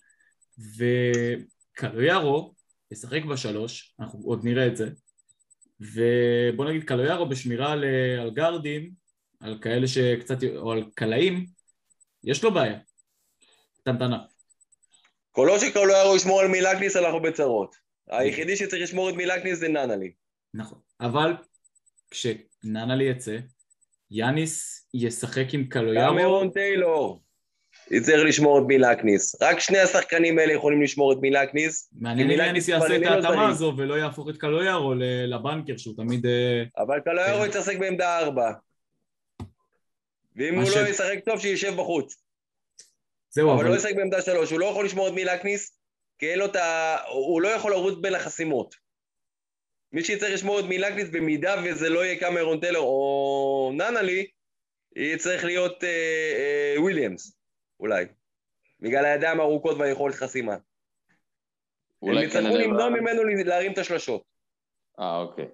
וקלויארו ישחק בשלוש, אנחנו עוד נראה את זה, ובוא נגיד קלויארו בשמירה על גרדים, על כאלה שקצת, או על קלעים, יש לו בעיה. טנטנה.
כל עוד שקלויארו ישמור על מילקניס, אנחנו בצרות. היחידי שצריך לשמור את מילקניס זה נאנלי.
נכון. אבל כשנאנלי יצא, יאניס ישחק עם קלויארו.
קמרון טיילור יצטרך לשמור את מילקניס. רק שני השחקנים האלה יכולים לשמור את מילקניס.
מעניין אם יאניס יעשה את ההתאמה הזו ולא יהפוך את קלויארו לבנקר שהוא תמיד...
אבל קלויארו יתעסק בעמדה ארבע. ואם הוא לא ישחק טוב, שישב בחוץ.
זהו,
אבל לא ישחק בעמדה שלוש, הוא לא יכול לשמור את מילקניס, כי הוא לא יכול לרוץ בין החסימות. מי שיצטרך לשמור את מילקניס, במידה וזה לא יהיה קמרון טיילור או נאנלי, יצטרך להיות וויליאמס, אולי. בגלל הידיים הארוכות והיכולת חסימה. הם יצטרכו למנוע ממנו להרים את השלשות.
אה, אוקיי.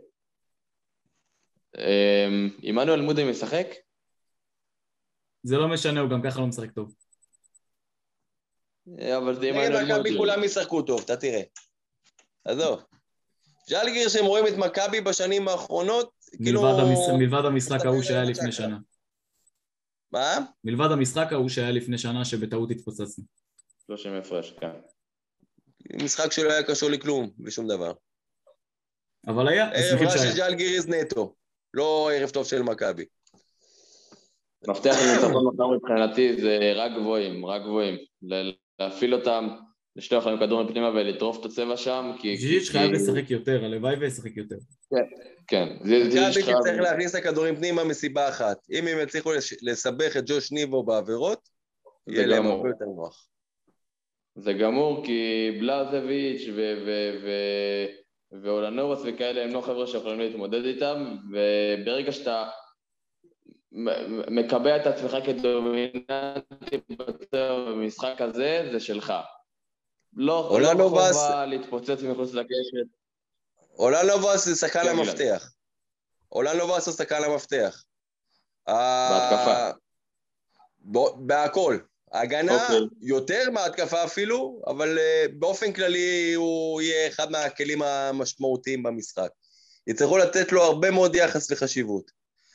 עמנואל מודריק משחק?
זה לא משנה, הוא גם ככה לא משחק טוב.
אבל זה
עמנואל מודריק. נגד מכבי כולם ישחקו טוב, אתה תראה. עזוב. ז'אלגיריס שהם רואים את מכבי בשנים האחרונות, כאילו...
מלבד המשחק ההוא שהיה לפני שנה.
מה?
מלבד המשחק ההוא שהיה לפני שנה שבטעות התפוצצנו.
שלושים הפרש, כן.
משחק שלא היה קשור לכלום, בשום דבר.
אבל היה,
ערב רע של ז'אלגיריס נטו, לא ערב טוב של מכבי.
מפתח לניצחון מחר מבחינתי זה רק גבוהים, רק גבוהים. להפעיל אותם, לשלוח להם כדור מפנימה ולטרוף את הצבע שם, כי...
ז'יז'יץ' חייב לשחק יותר, הלוואי וישחק יותר.
כן,
מכבי צריך להכניס את הכדורים פנימה מסיבה אחת. אם הם יצליחו לסבך את ג'וש ניבו בעבירות, יהיה להם הרבה יותר נוח.
זה גמור, כי בלזביץ' ואולנובוס וכאלה הם לא חבר'ה שיכולים להתמודד איתם, וברגע שאתה מקבע את עצמך כדומיננטי במשחק הזה, זה שלך. לא חובה להתפוצץ מחוץ לקשת.
אולנובוס זה שחקן המפתח. אולנובוס הוא שחקן המפתח.
בהתקפה.
בהכל. ההגנה יותר מההתקפה אפילו, אבל באופן כללי הוא יהיה אחד מהכלים המשמעותיים במשחק. יצטרכו לתת לו הרבה מאוד יחס וחשיבות.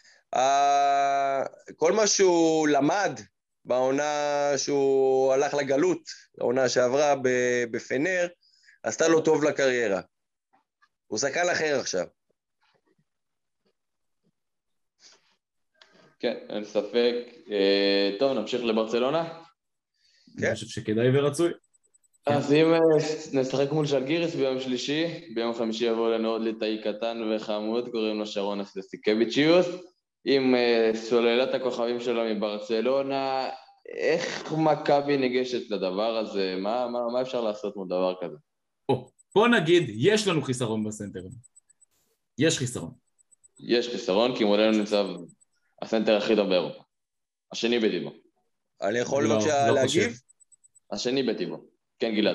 כל מה שהוא למד בעונה שהוא הלך לגלות, העונה שעברה בפנר, עשתה לו טוב לקריירה. הוא שחקן אחר עכשיו.
כן, אין ספק. טוב, נמשיך לברצלונה?
כן. אני חושב שכדאי ורצוי.
אז אם נשחק מול ז'אלגיריס ביום שלישי, ביום חמישי יבוא לנו עוד ליטאי קטן וחמוד, קוראים לו שרון אסטסיקביצ'יוס, עם סוללת הכוכבים שלו מברצלונה. איך מכבי ניגשת לדבר הזה? מה, מה, מה אפשר לעשות מול דבר כזה?
או, בוא נגיד, יש לנו חיסרון בסנטר. יש חיסרון.
יש חיסרון, כי מולנו נמצא הסנטר הכי טוב באירופה. השני בטיבו.
אני יכול בבקשה להגיב?
השני בטיבו. כן, גלעד.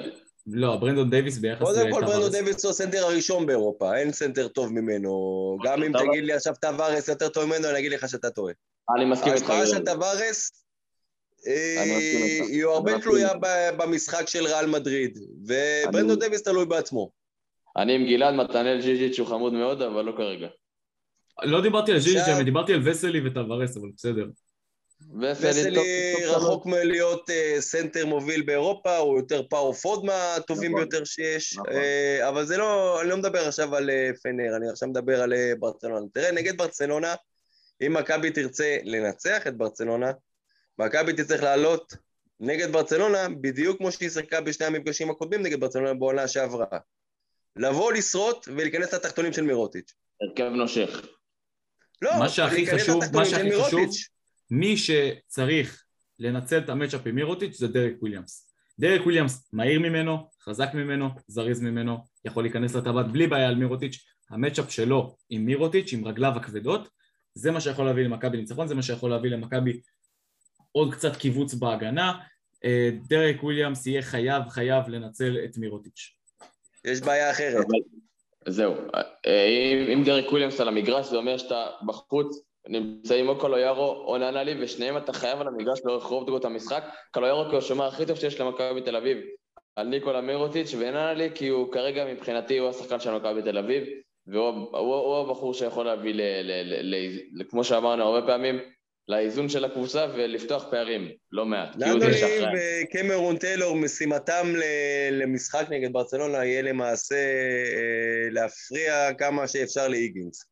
לא, ברנדון דייביס ביחס לטווארס.
קודם כל ברנדון דייביס הוא הסנטר הראשון באירופה, אין סנטר טוב ממנו. גם אם תגיד לי עכשיו טווארס יותר טוב ממנו, אני אגיד לך שאתה טועה.
אני מסכים איתך.
ההשפעה של טווארס היא הרבה תלויה במשחק של ריאל מדריד, וברנדון דייביס תלוי בעצמו.
אני עם גלעד, מתנאל ז'יז'יץ' הוא חמוד מאוד, אבל לא כרגע.
לא דיברתי על ז'יז'יץ', אני דיברתי על וסלי וטווארס, אבל בסדר.
וסלי רחוק מלהיות סנטר מוביל באירופה, הוא יותר פאור פורוד מהטובים ביותר שיש, אבל זה לא, אני לא מדבר עכשיו על פנר, אני עכשיו מדבר על ברצלונה. תראה, נגד ברצלונה, אם מכבי תרצה לנצח את ברצלונה, מכבי תצטרך לעלות נגד ברצלונה, בדיוק כמו שהיא שיחקה בשני המפגשים הקודמים נגד ברצלונה בעונה שעברה. לבוא, לשרוט ולהיכנס לתחתונים של מירוטיץ'.
הרכב נושך.
לא,
מה שהכי חשוב, מה שהכי חשוב, מי שצריך לנצל את המאצ'אפ עם מירוטיץ' זה דרק וויליאמס. דרק וויליאמס מהיר ממנו, חזק ממנו, זריז ממנו, יכול להיכנס לטבעת בלי בעיה על מירוטיץ'. המאצ'אפ שלו עם מירוטיץ', עם רגליו הכבדות, זה מה שיכול להביא למכבי ניצחון, זה מה שיכול להביא למכבי עוד קצת קיבוץ בהגנה. דרק וויליאמס יהיה חייב, חייב לנצל את מירוטיץ'.
יש בעיה אחרת.
זהו, אם דרק וויליאמס על המגרש, זה אומר שאתה בחוץ, נמצאים או קלויארו או ננלי, ושניהם אתה חייב על המגרש לאורך רוב דקות המשחק. קלויארו כי הוא שומר הכי טוב שיש למכבי בתל אביב, על ניקולה מירוטיץ', וננלי כי הוא כרגע מבחינתי הוא השחקן של מכבי בתל אביב, והוא הבחור שיכול להביא, כמו שאמרנו הרבה פעמים, לאיזון של הקבוצה ולפתוח פערים, לא מעט.
ננלי וקמרון טיילור, משימתם למשחק נגד ברצלונה יהיה למעשה להפריע כמה שאפשר לאיגינס.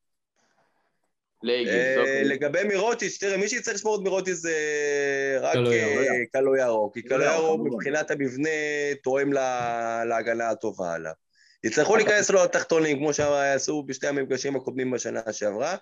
לגבי מירוטיץ', תראה, מי שיצטרך לשמור את מירוטיץ' זה רק קלויארו, כי קלויארו מבחינת המבנה תואם להגנה הטובה עליו. יצטרכו להיכנס לו לתחתונים, כמו שעשו בשתי המפגשים הקודמים בשנה שעברה,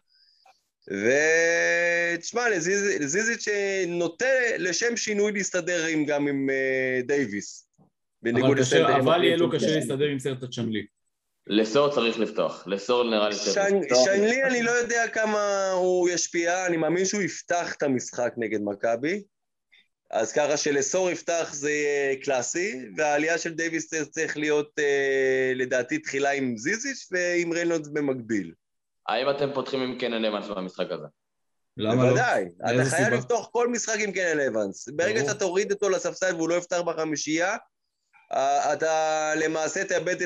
ותשמע, לזיזיץ' שנוטה לשם שינוי להסתדר גם עם דייביס.
אבל יהיה לו קשה להסתדר עם סרט הצ'אנלי.
לסור צריך לפתוח, לסור נראה לי צריך
לפתוח. צ'אנלי אני לא יודע כמה הוא ישפיע, אני מאמין שהוא יפתח את המשחק נגד מכבי, אז ככה שלסור יפתח זה קלאסי, והעלייה של דייביס צריך להיות לדעתי תחילה עם זיזיץ' ועם ריינולדס במקביל.
האם אתם פותחים עם קנן אבנס במשחק הזה?
למה לא?
בוודאי, אתה חייב לפתוח כל משחק עם קנן אבנס. ברגע שאתה תוריד אותו לספסל והוא לא יפתח בחמישייה, אתה למעשה תאבד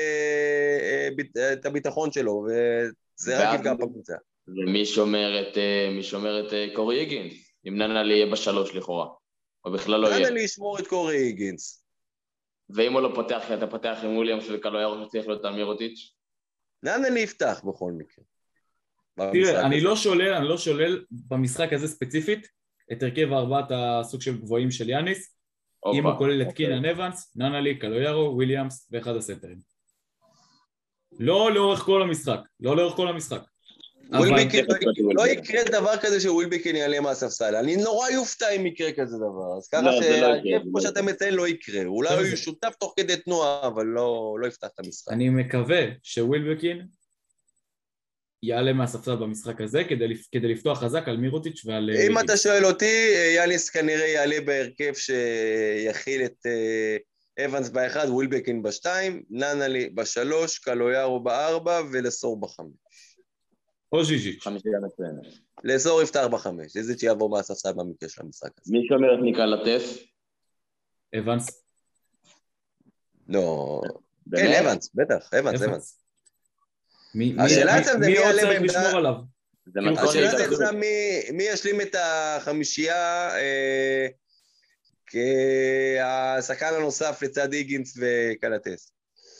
את הביטחון שלו, וזה רק יפגע בקבוצה.
ומי שומר את קורי היגינס? אם ננלי יהיה בשלוש לכאורה, או בכלל לא יהיה.
ננלי ישמור את קורי היגינס.
ואם הוא לא פותח, אתה פותח עם וויליאמס וקלויארו שצריך להיות על מירוטיץ'?
ננלי יפתח בכל מקרה.
תראה, אני לא שולל, אני לא שולל במשחק הזה ספציפית את הרכב ארבעת הסוג של גבוהים של יאניס, אם הוא כולל את קינן אבנס, ננלי, קלויארו, וויליאמס ואחד הסנטרים. לא לאורך כל המשחק, לא לאורך כל המשחק.
לא יקרה דבר כזה שווילבקין יעלה מהספסל, אני נורא יופתע אם יקרה כזה דבר, אז ככה שכמו שאתה מציין לא יקרה, אולי הוא שותף תוך כדי תנועה, אבל לא יפתח את המשחק.
אני מקווה שווילבקין יעלה מהספסל במשחק הזה כדי לפתוח חזק על מירוטיץ' ועל...
אם אתה שואל אותי, יאניס כנראה יעלה בהרכב שיכיל את אבנס באחד, ווילבקין בשתיים, ננלי בשלוש, קלויארו בארבע ולסור בחמש.
או ז'יז'יץ'.
לסור יפתח בחמש, ז'יז'יץ' יעבור מהספסל במקרה של המשחק הזה.
מי שאומר את ניקלטס?
אבנס.
לא, כן, אבנס, בטח, אבנס, אבנס.
מי עוד צריך לשמור עליו?
השאלה זה מי ישלים את החמישייה כהשחקן הנוסף לצד היגינס וקלטס.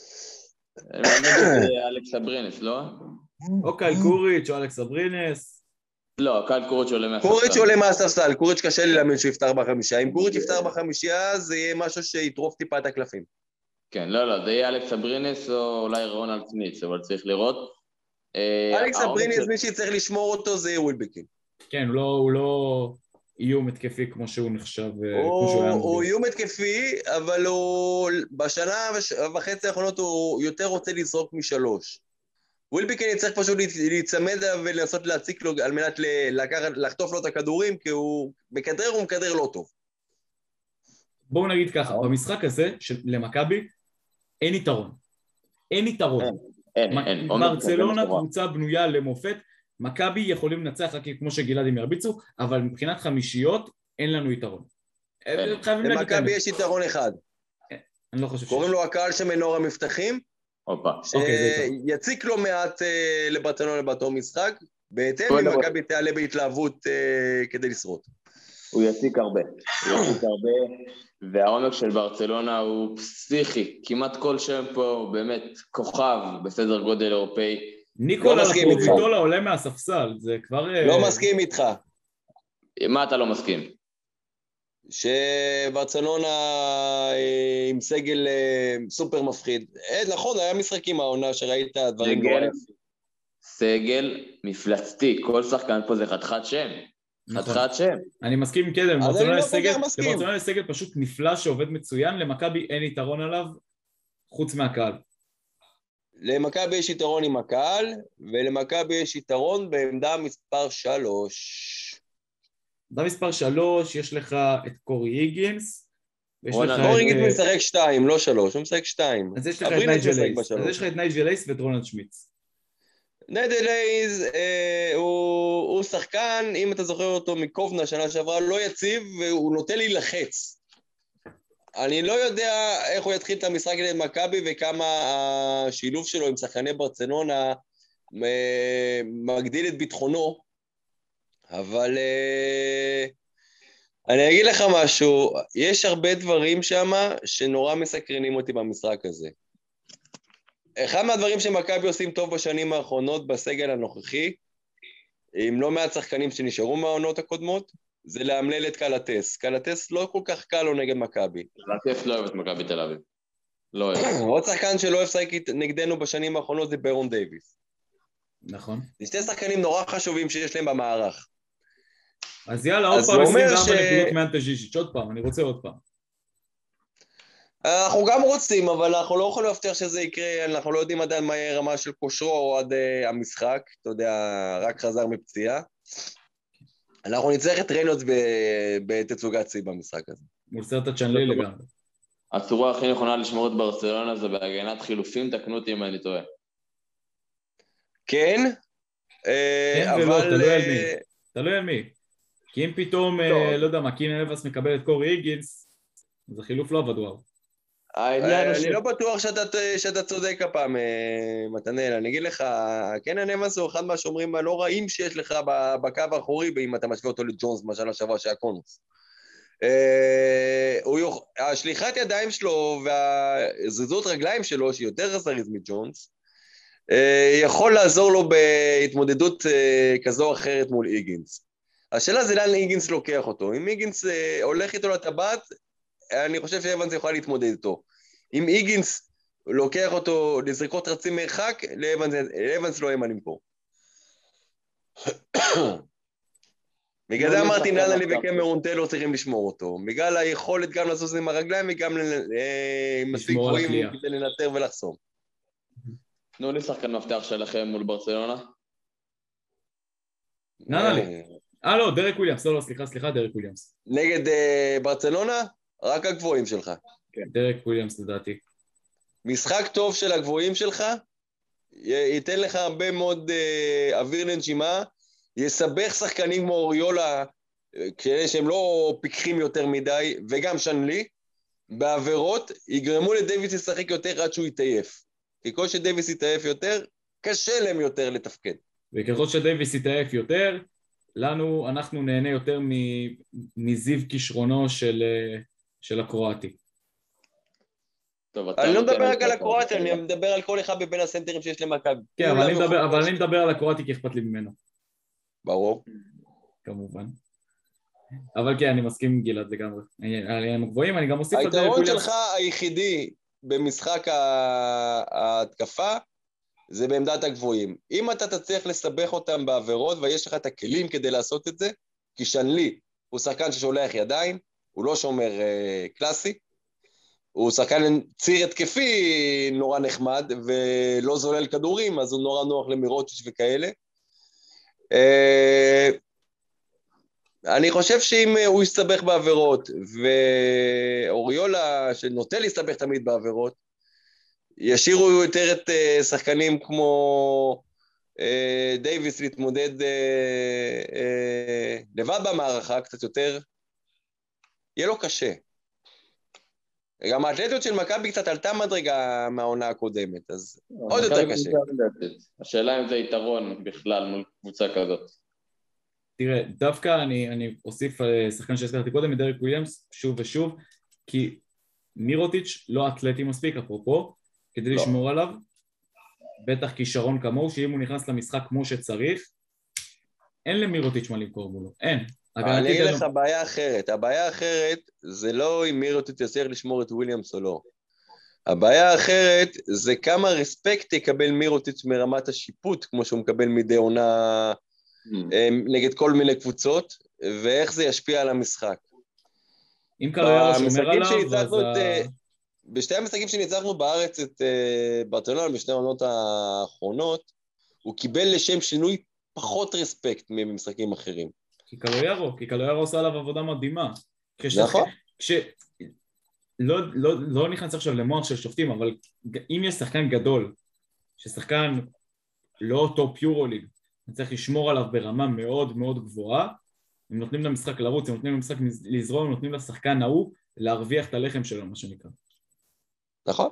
אלכס אברינס, לא?
או קייל קוריץ' או אלכס אברינס.
לא, קייל קוריץ' עולה מהספסל.
קוריץ' עולה מהספסל, קוריץ' קשה לי להאמין שהוא יפתח בחמישייה. אם קוריץ' יפתח בחמישייה זה יהיה משהו שיטרוף טיפה את הקלפים.
כן, לא, לא, זה יהיה אלכס אברינס או אולי רונלד סמיץ, אבל צריך לראות.
אלכס אברינס, מי שצריך לשמור אותו זה ווילבקין.
כן, הוא לא איום התקפי כמו שהוא נחשב.
הוא איום התקפי, אבל בשנה וחצי האחרונות הוא יותר רוצה לזרוק משלוש. ווילבקין יצטרך פשוט להיצמד ולנסות להציק לו על מנת לחטוף לו את הכדורים, כי הוא מכדרר, הוא מכדרר לא טוב.
בואו נגיד ככה, במשחק הזה למכבי, אין יתרון. אין יתרון.
אין, אין, אין.
ברצלונה קבוצה בנויה למופת, מכבי יכולים לנצח רק כמו שגלעד הם ירביצו, אבל מבחינת חמישיות אין לנו יתרון.
למכבי יש יתרון אחד.
אני לא חושב שיש.
קוראים לו הקהל שמנור המבטחים, שיציק לו מעט לברצלונה באותו משחק, בהתאם אם מכבי תעלה בהתלהבות כדי לשרוד.
הוא יציק הרבה, הוא יציק הרבה, והעומק של ברצלונה הוא פסיכי, כמעט כל שם פה הוא באמת כוכב בסדר גודל אירופאי.
ניקולה לפרוביטולה עולה מהספסל, זה כבר...
לא מסכים איתך.
מה אתה לא מסכים?
שברצלונה עם סגל סופר מפחיד. נכון, היה משחקים העונה שראית דברים גורם.
סגל מפלצתי, כל שחקן פה זה חתיכת שם. חתיכת שם.
אני מסכים עם קדם, לברצלונה יש סגל פשוט נפלא שעובד מצוין, למכבי אין יתרון עליו חוץ מהקהל.
למכבי יש יתרון עם הקהל, ולמכבי יש יתרון בעמדה מספר שלוש.
עמדה מספר שלוש, יש לך את קורי היגינס.
קורי היגינס משחק שתיים, לא שלוש, הוא משחק שתיים.
אז יש לך את נייג'ל אייס ואת רולנד שמיץ.
נייג'ל אייס הוא שחקן, אם אתה זוכר אותו מקובנה שנה שעברה, לא יציב, והוא נוטה להילחץ. אני לא יודע איך הוא יתחיל את המשחק נגד מכבי, וכמה השילוב שלו עם שחקני ברצלונה מגדיל את ביטחונו, אבל אני אגיד לך משהו, יש הרבה דברים שם שנורא מסקרנים אותי במשחק הזה. אחד מהדברים שמכבי עושים טוב בשנים האחרונות בסגל הנוכחי, עם לא מעט שחקנים שנשארו מהעונות הקודמות, זה להמלל את קלטס. קלטס לא כל כך קל לו נגד מכבי.
קלטס לא אוהב את מכבי תל אביב. לא אוהב.
עוד שחקן שלא אוהב לשחק נגדנו בשנים האחרונות זה ברון דייביס.
נכון.
זה שתי שחקנים נורא חשובים שיש להם במערך.
אז יאללה, עוד פעם עשרים וארבע נקודות מאנטג'ישיץ', עוד פעם, אני רוצה עוד פעם.
אנחנו גם רוצים, אבל אנחנו לא יכולים להבטיח שזה יקרה, אנחנו לא יודעים עדיין מה יהיה רמה של כושרו עד uh, המשחק, אתה יודע, רק חזר מפציעה. אנחנו נצטרך את ריינולדס בתצוגת שיא במשחק הזה.
מול סרט הצ'אנלי לגמרי.
הצורה הכי נכונה לשמור את ברצלונה זה בהגנת חילופים, תקנו אותי אם אני טועה.
כן,
כן אבל... ולא, תלוי על מי. תלוי על מי. כי אם פתאום, לא יודע מה, קינן אבס מקבל את קורי היגינס, זה חילוף לא עבד וואו.
אני לא בטוח שאתה צודק הפעם, מתנאל, אני אגיד לך, קינן אבס הוא אחד מהשומרים הלא רעים שיש לך בקו האחורי, אם אתה משווה אותו לג'ונס, למשל השבוע שהיה קונוס. השליחת ידיים שלו והזריזות רגליים שלו, שהיא יותר זריז מג'ונס, יכול לעזור לו בהתמודדות כזו או אחרת מול היגינס. השאלה זה לאן היגינס לוקח אותו. אם היגינס הולך איתו לטבעת, אני חושב שאבנס יכול להתמודד איתו. אם היגינס לוקח אותו לזריקות רצים מרחק, לאבנס לא ימנים פה. בגלל זה אמרתי נאללי וקמרון טיילור צריכים לשמור אותו. בגלל היכולת גם לזוז עם הרגליים וגם מספיק גבוהים כדי לנטר ולחסום.
תנו לי שחקן מפתח שלכם מול ברצלונה.
נאללי. אה לא, דרק וויליאמס, לא לא, סליחה, סליחה, דרק וויליאמס.
נגד ברצלונה? רק הגבוהים שלך.
דרק וויליאמס לדעתי.
משחק טוב של הגבוהים שלך, ייתן לך הרבה מאוד אוויר לנשימה, יסבך שחקנים כמו אוריולה, שהם לא פיקחים יותר מדי, וגם שנלי, בעבירות, יגרמו לדייביס לשחק יותר עד שהוא יתעייף. ככל שדייביס יתעייף יותר, קשה להם יותר לתפקד.
וככל שדייביס יתעייף יותר, לנו, אנחנו נהנה יותר מזיו כישרונו של, של הקרואטי.
אני לא מדבר רק על הקרואטי, אני מדבר על כל אחד בבין הסנטרים שיש למכבי.
כן, אבל אני מדבר, אבל אני מדבר על הקרואטי כי אכפת לי ממנו.
ברור.
כמובן. אבל כן, אני מסכים עם גלעד לגמרי. הם גבוהים, אני גם מוסיף...
היתרון שלך היחידי במשחק ההתקפה, זה בעמדת הגבוהים. אם אתה תצליח לסבך אותם בעבירות, ויש לך את הכלים כדי לעשות את זה, כי שנלי הוא שחקן ששולח ידיים, הוא לא שומר uh, קלאסי, הוא שחקן ציר התקפי נורא נחמד, ולא זולל כדורים, אז הוא נורא נוח למירוטיץ' וכאלה. Uh, אני חושב שאם הוא יסתבך בעבירות, ואוריולה שנוטה להסתבך תמיד בעבירות, ישאירו יותר את uh, שחקנים כמו uh, דייביס להתמודד uh, uh, לבד במערכה, קצת יותר, יהיה לו קשה. גם האתלטיות של מכבי קצת עלתה מדרגה מהעונה הקודמת, אז עוד יותר קשה.
השאלה אם זה יתרון בכלל מול קבוצה כזאת.
תראה, דווקא אני, אני אוסיף שחקן שהזכרתי קודם, מדריק וויליאמס, שוב ושוב, כי מירוטיץ' לא אתלטי מספיק, אפרופו, כדי לא. לשמור עליו, בטח כישרון כמוהו, שאם הוא נכנס למשחק כמו שצריך, אין למירוטיץ' מה למכור מולו, אין.
אני אגיד לך בעיה אחרת, הבעיה האחרת זה לא אם מירוטיץ' יצליח לשמור את וויליאמס או לא. הבעיה האחרת זה כמה רספקט יקבל מירוטיץ' מרמת השיפוט, כמו שהוא מקבל מדי עונה נגד כל מיני קבוצות, ואיך זה ישפיע על המשחק.
אם קלויארו שומר עליו, אז...
בשתי המשחקים שניצחנו בארץ את ברצלונה, בשתי העונות האחרונות, הוא קיבל לשם שינוי פחות רספקט ממשחקים אחרים.
כי קלויארו, כי קלויארו עושה עליו עבודה מדהימה.
נכון.
כש... לא, לא, לא נכנס עכשיו למוח של שופטים, אבל אם יש שחקן גדול, ששחקן לא טופ יורוליג, צריך לשמור עליו ברמה מאוד מאוד גבוהה, הם נותנים למשחק לרוץ, הם נותנים למשחק לזרום, הם נותנים לשחקן ההוא להרוויח את הלחם שלו, מה שנקרא.
נכון.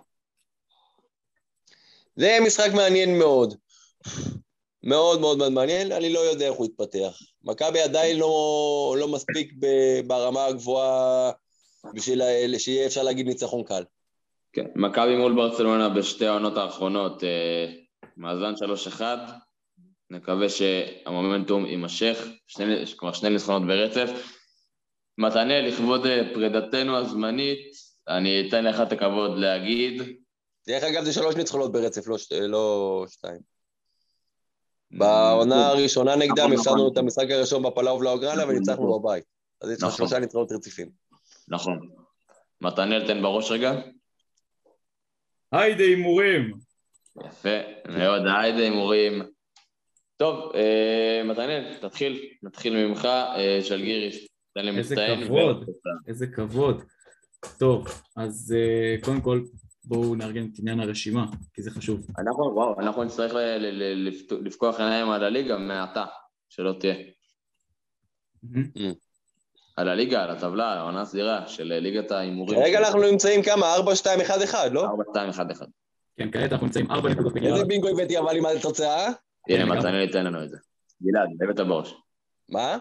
זה משחק מעניין מאוד. מאוד מאוד מאוד מעניין, אני לא יודע איך הוא יתפתח. מכבי עדיין לא, לא מספיק ברמה הגבוהה, בשביל שיהיה אפשר להגיד ניצחון קל.
כן, מכבי מול ברצלונה בשתי העונות האחרונות, מאזן שלוש אחד, נקווה שהמומנטום יימשך, שני, כבר שני ניצחונות ברצף. מתנה, לכבוד פרידתנו הזמנית, אני אתן לך את הכבוד להגיד.
דרך אגב, זה שלוש ניצחונות ברצף, לא, לא שתיים. בעונה הראשונה נגדם, הפסדנו את המשחק הראשון בפלאו ולאוגרנה, וניצחנו בבית. אז יש לך שלושה ניצחונות רציפים.
נכון. מתנאל, תן בראש רגע.
היידה הימורים.
יפה, מאוד, היידה הימורים. טוב, מתנאל, תתחיל, נתחיל ממך, ז'לגיריס. תן לי מצטיין.
איזה כבוד, איזה כבוד. טוב, אז קודם כל, בואו נארגן את עניין הרשימה, כי זה חשוב.
אנחנו, וואו, אנחנו נצטרך לפקוח עיניים על הליגה מעתה, שלא תהיה. על הליגה, על הטבלה, על העונה הסדירה של ליגת ההימורים.
כרגע אנחנו נמצאים כמה? ארבע שתיים אחד אחד, לא?
ארבע שתיים אחד אחד.
כן, כעת אנחנו נמצאים ארבע נקודות בגלל.
איזה בינגו הבאתי אבל עם התוצאה?
הנה, מתנאל ייתן לנו את זה. גלעד, הבאת בראש.
מה?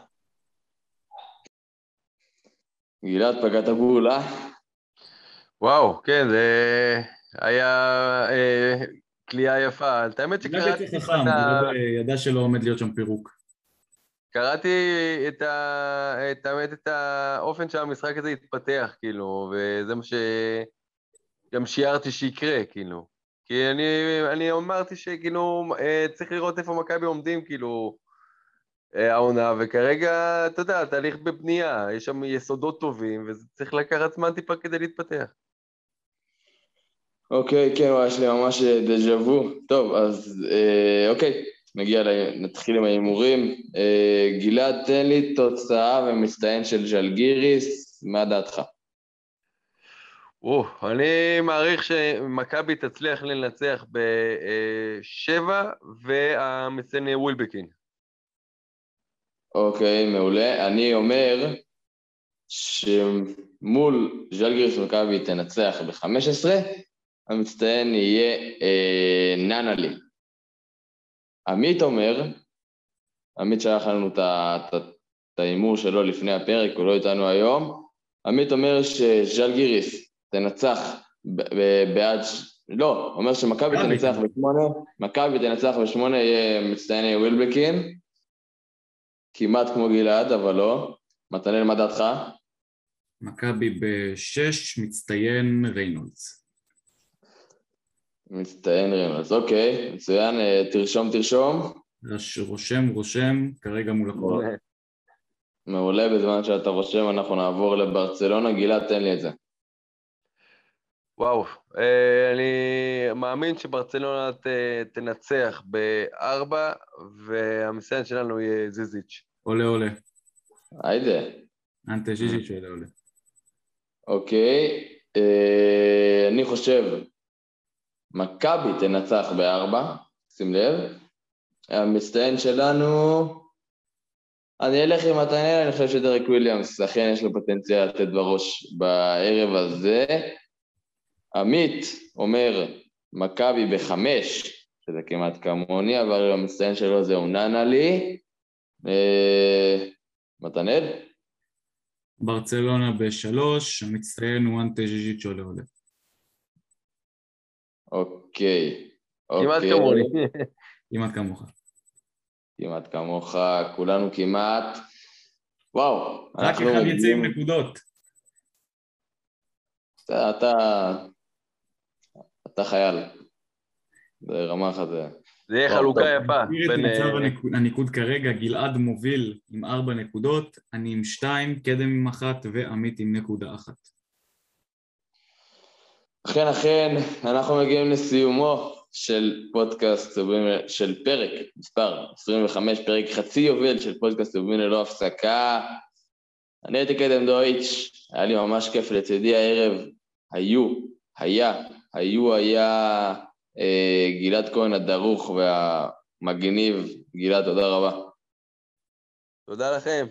גלעד, פגעת בול, אה?
וואו, כן, זה היה קליעה יפה. את האמת שקראתי...
זה חכם, ידע שלא עומד להיות שם פירוק.
קראתי את ה... את האמת, את האופן שהמשחק הזה יתפתח, כאילו, וזה מה שגם שיערתי שיקרה, כאילו. כי אני, אני אמרתי שכאילו, צריך לראות איפה מכבי עומדים, כאילו, העונה, וכרגע, אתה יודע, תהליך בבנייה, יש שם יסודות טובים, וזה צריך לקחת זמן טיפה כדי להתפתח.
אוקיי, כן, יש לי ממש דז'אבו. טוב, אז אוקיי, נגיע, נתחיל עם ההימורים. גלעד, תן לי תוצאה ומצטיין של ז'לגיריס, מה דעתך?
או, אני מעריך שמכבי תצליח לנצח בשבע, והמצטיין ווילבקין.
אוקיי, מעולה. אני אומר שמול ז'לגיריס מכבי תנצח ב-חמש עשרה, המצטיין יהיה אה, ננלי. עמית אומר, עמית שלח לנו את ההימור שלו לפני הפרק, הוא לא איתנו היום, עמית אומר שז'לגיריס תנצח בעד, לא, אומר שמכבי תנצח בשמונה, מכבי תנצח בשמונה, יהיה מצטיין ווילבקין, כמעט כמו גלעד, אבל לא. מתנאל, מה דעתך?
מכבי בשש, מצטיין ריינולדס.
מצטיין ריינולדס, אוקיי, מצוין, תרשום, תרשום.
רושם, רושם, כרגע מול הכל.
מעולה, בזמן שאתה רושם, אנחנו נעבור לברצלונה. גלעד, תן לי את זה.
וואו, אני מאמין שברצלונה תנצח בארבע, והמצטיין שלנו יהיה זיזיץ'.
עולה, עולה.
היידה.
אנטה זיזיץ' עולה, עולה.
אוקיי, אני חושב מכבי תנצח בארבע, שים לב. המצטיין שלנו, אני אלך עם מתנאל, אני חושב שדרק וויליאמס, אכן יש לו פוטנציאל לתת בראש בערב הזה. עמית אומר, מכבי בחמש, שזה כמעט כמוני, אבל המצטיין שלו זה אוננה לי. מתנאל?
ברצלונה בשלוש, המצטיין הוא אנטה ז'יז'יץ' עולה עולה.
אוקיי.
כמעט כמוני.
כמעט כמוך.
כמעט כמוך, כולנו כמעט. וואו.
רק אחד יצא עם נקודות.
אתה, אתה, אתה חייל. זה רמה חזה.
זה יהיה חלוקה יפה.
הניקוד כרגע, גלעד מוביל עם ארבע נקודות, אני עם שתיים, קדם עם אחת ועמית עם נקודה אחת.
אכן, אכן, אנחנו מגיעים לסיומו של פודקאסט של פרק, מספר עשרים וחמש, פרק חצי יובל של פודקאסט צהובים ללא הפסקה. אני הייתי קדם דויטש, היה לי ממש כיף לצדי הערב, היו, היה, היו, היה אה, גלעד כהן הדרוך והמגניב. גלעד, תודה רבה.
תודה לכם.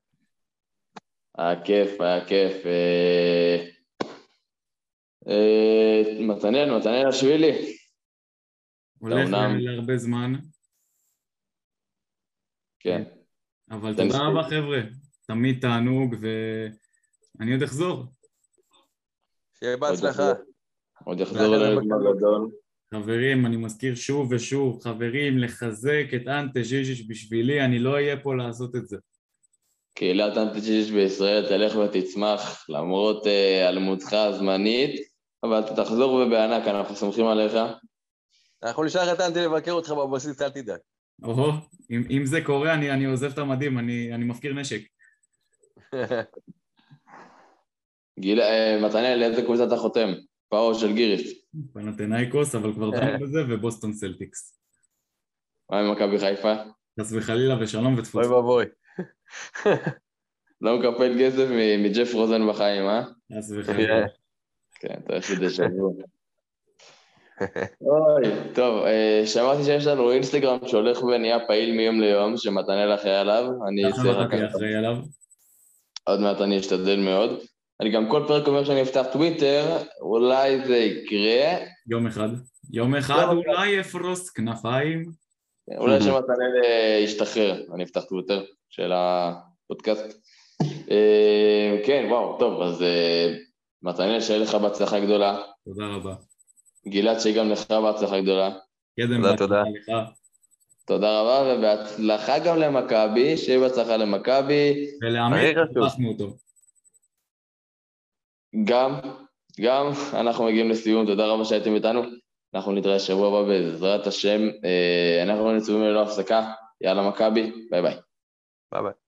היה כיף, היה כיף. אה... אה, מתנאל, מתנאל השבילי.
הולך להרבה זמן.
כן.
אבל תודה רבה חבר'ה, תמיד תענוג ואני עוד אחזור.
שיהיה בהצלחה.
עוד יחזור אלינו גדול.
חברים, אני מזכיר שוב ושוב, חברים, לחזק את אנטה ז'יז'יץ' בשבילי, אני לא אהיה פה לעשות את זה.
קהילת אנטה ז'יז'יץ' בישראל תלך ותצמח למרות אלמותך הזמנית, אבל תחזור ובענק, אנחנו סומכים עליך.
אנחנו נשלח את אנטי לבקר אותך בבסיס, אל תדאג.
או, אם, אם זה קורה, אני, אני עוזב את המדים, אני, אני מפקיר נשק.
גיל, מתנאל, לאיזה קבוצה אתה חותם? פאו של גיריס?
פנתנייקוס, אבל כבר דנו בזה, ובוסטון סלטיקס.
מה עם מכבי חיפה?
חס וחלילה ושלום ותפוץ.
בואי בואי.
לא מקפל כסף מג'ף רוזן בחיים, אה?
חס וחלילה.
כן, אתה יש לי די שבוע. אוי, טוב, שמעתי שיש לנו אינסטגרם שהולך ונהיה פעיל מיום ליום, שמתנאל אחראי עליו.
ככה לא תהיה אחראי עליו.
עוד מעט אני אשתדל מאוד. אני גם כל פרק אומר שאני אפתח טוויטר, אולי זה יקרה.
יום אחד. יום אחד אולי יפרוס כנפיים.
אולי שמתנאל ישתחרר, אני אפתח טוויטר של הפודקאסט. כן, וואו, טוב, אז מתנאל, שיהיה לך בהצלחה גדולה.
תודה רבה.
גלעד, שגם לך בהצלחה גדולה.
תודה, תודה.
תודה רבה, ובהצלחה גם למכבי, שיהיה בהצלחה למכבי.
ולעמית, פתחנו אותו.
גם, גם, אנחנו מגיעים לסיום, תודה רבה שהייתם איתנו. אנחנו נתראה שבוע הבא בעזרת השם. אנחנו נצאים ללא הפסקה. יאללה מכבי, ביי ביי.
ביי ביי.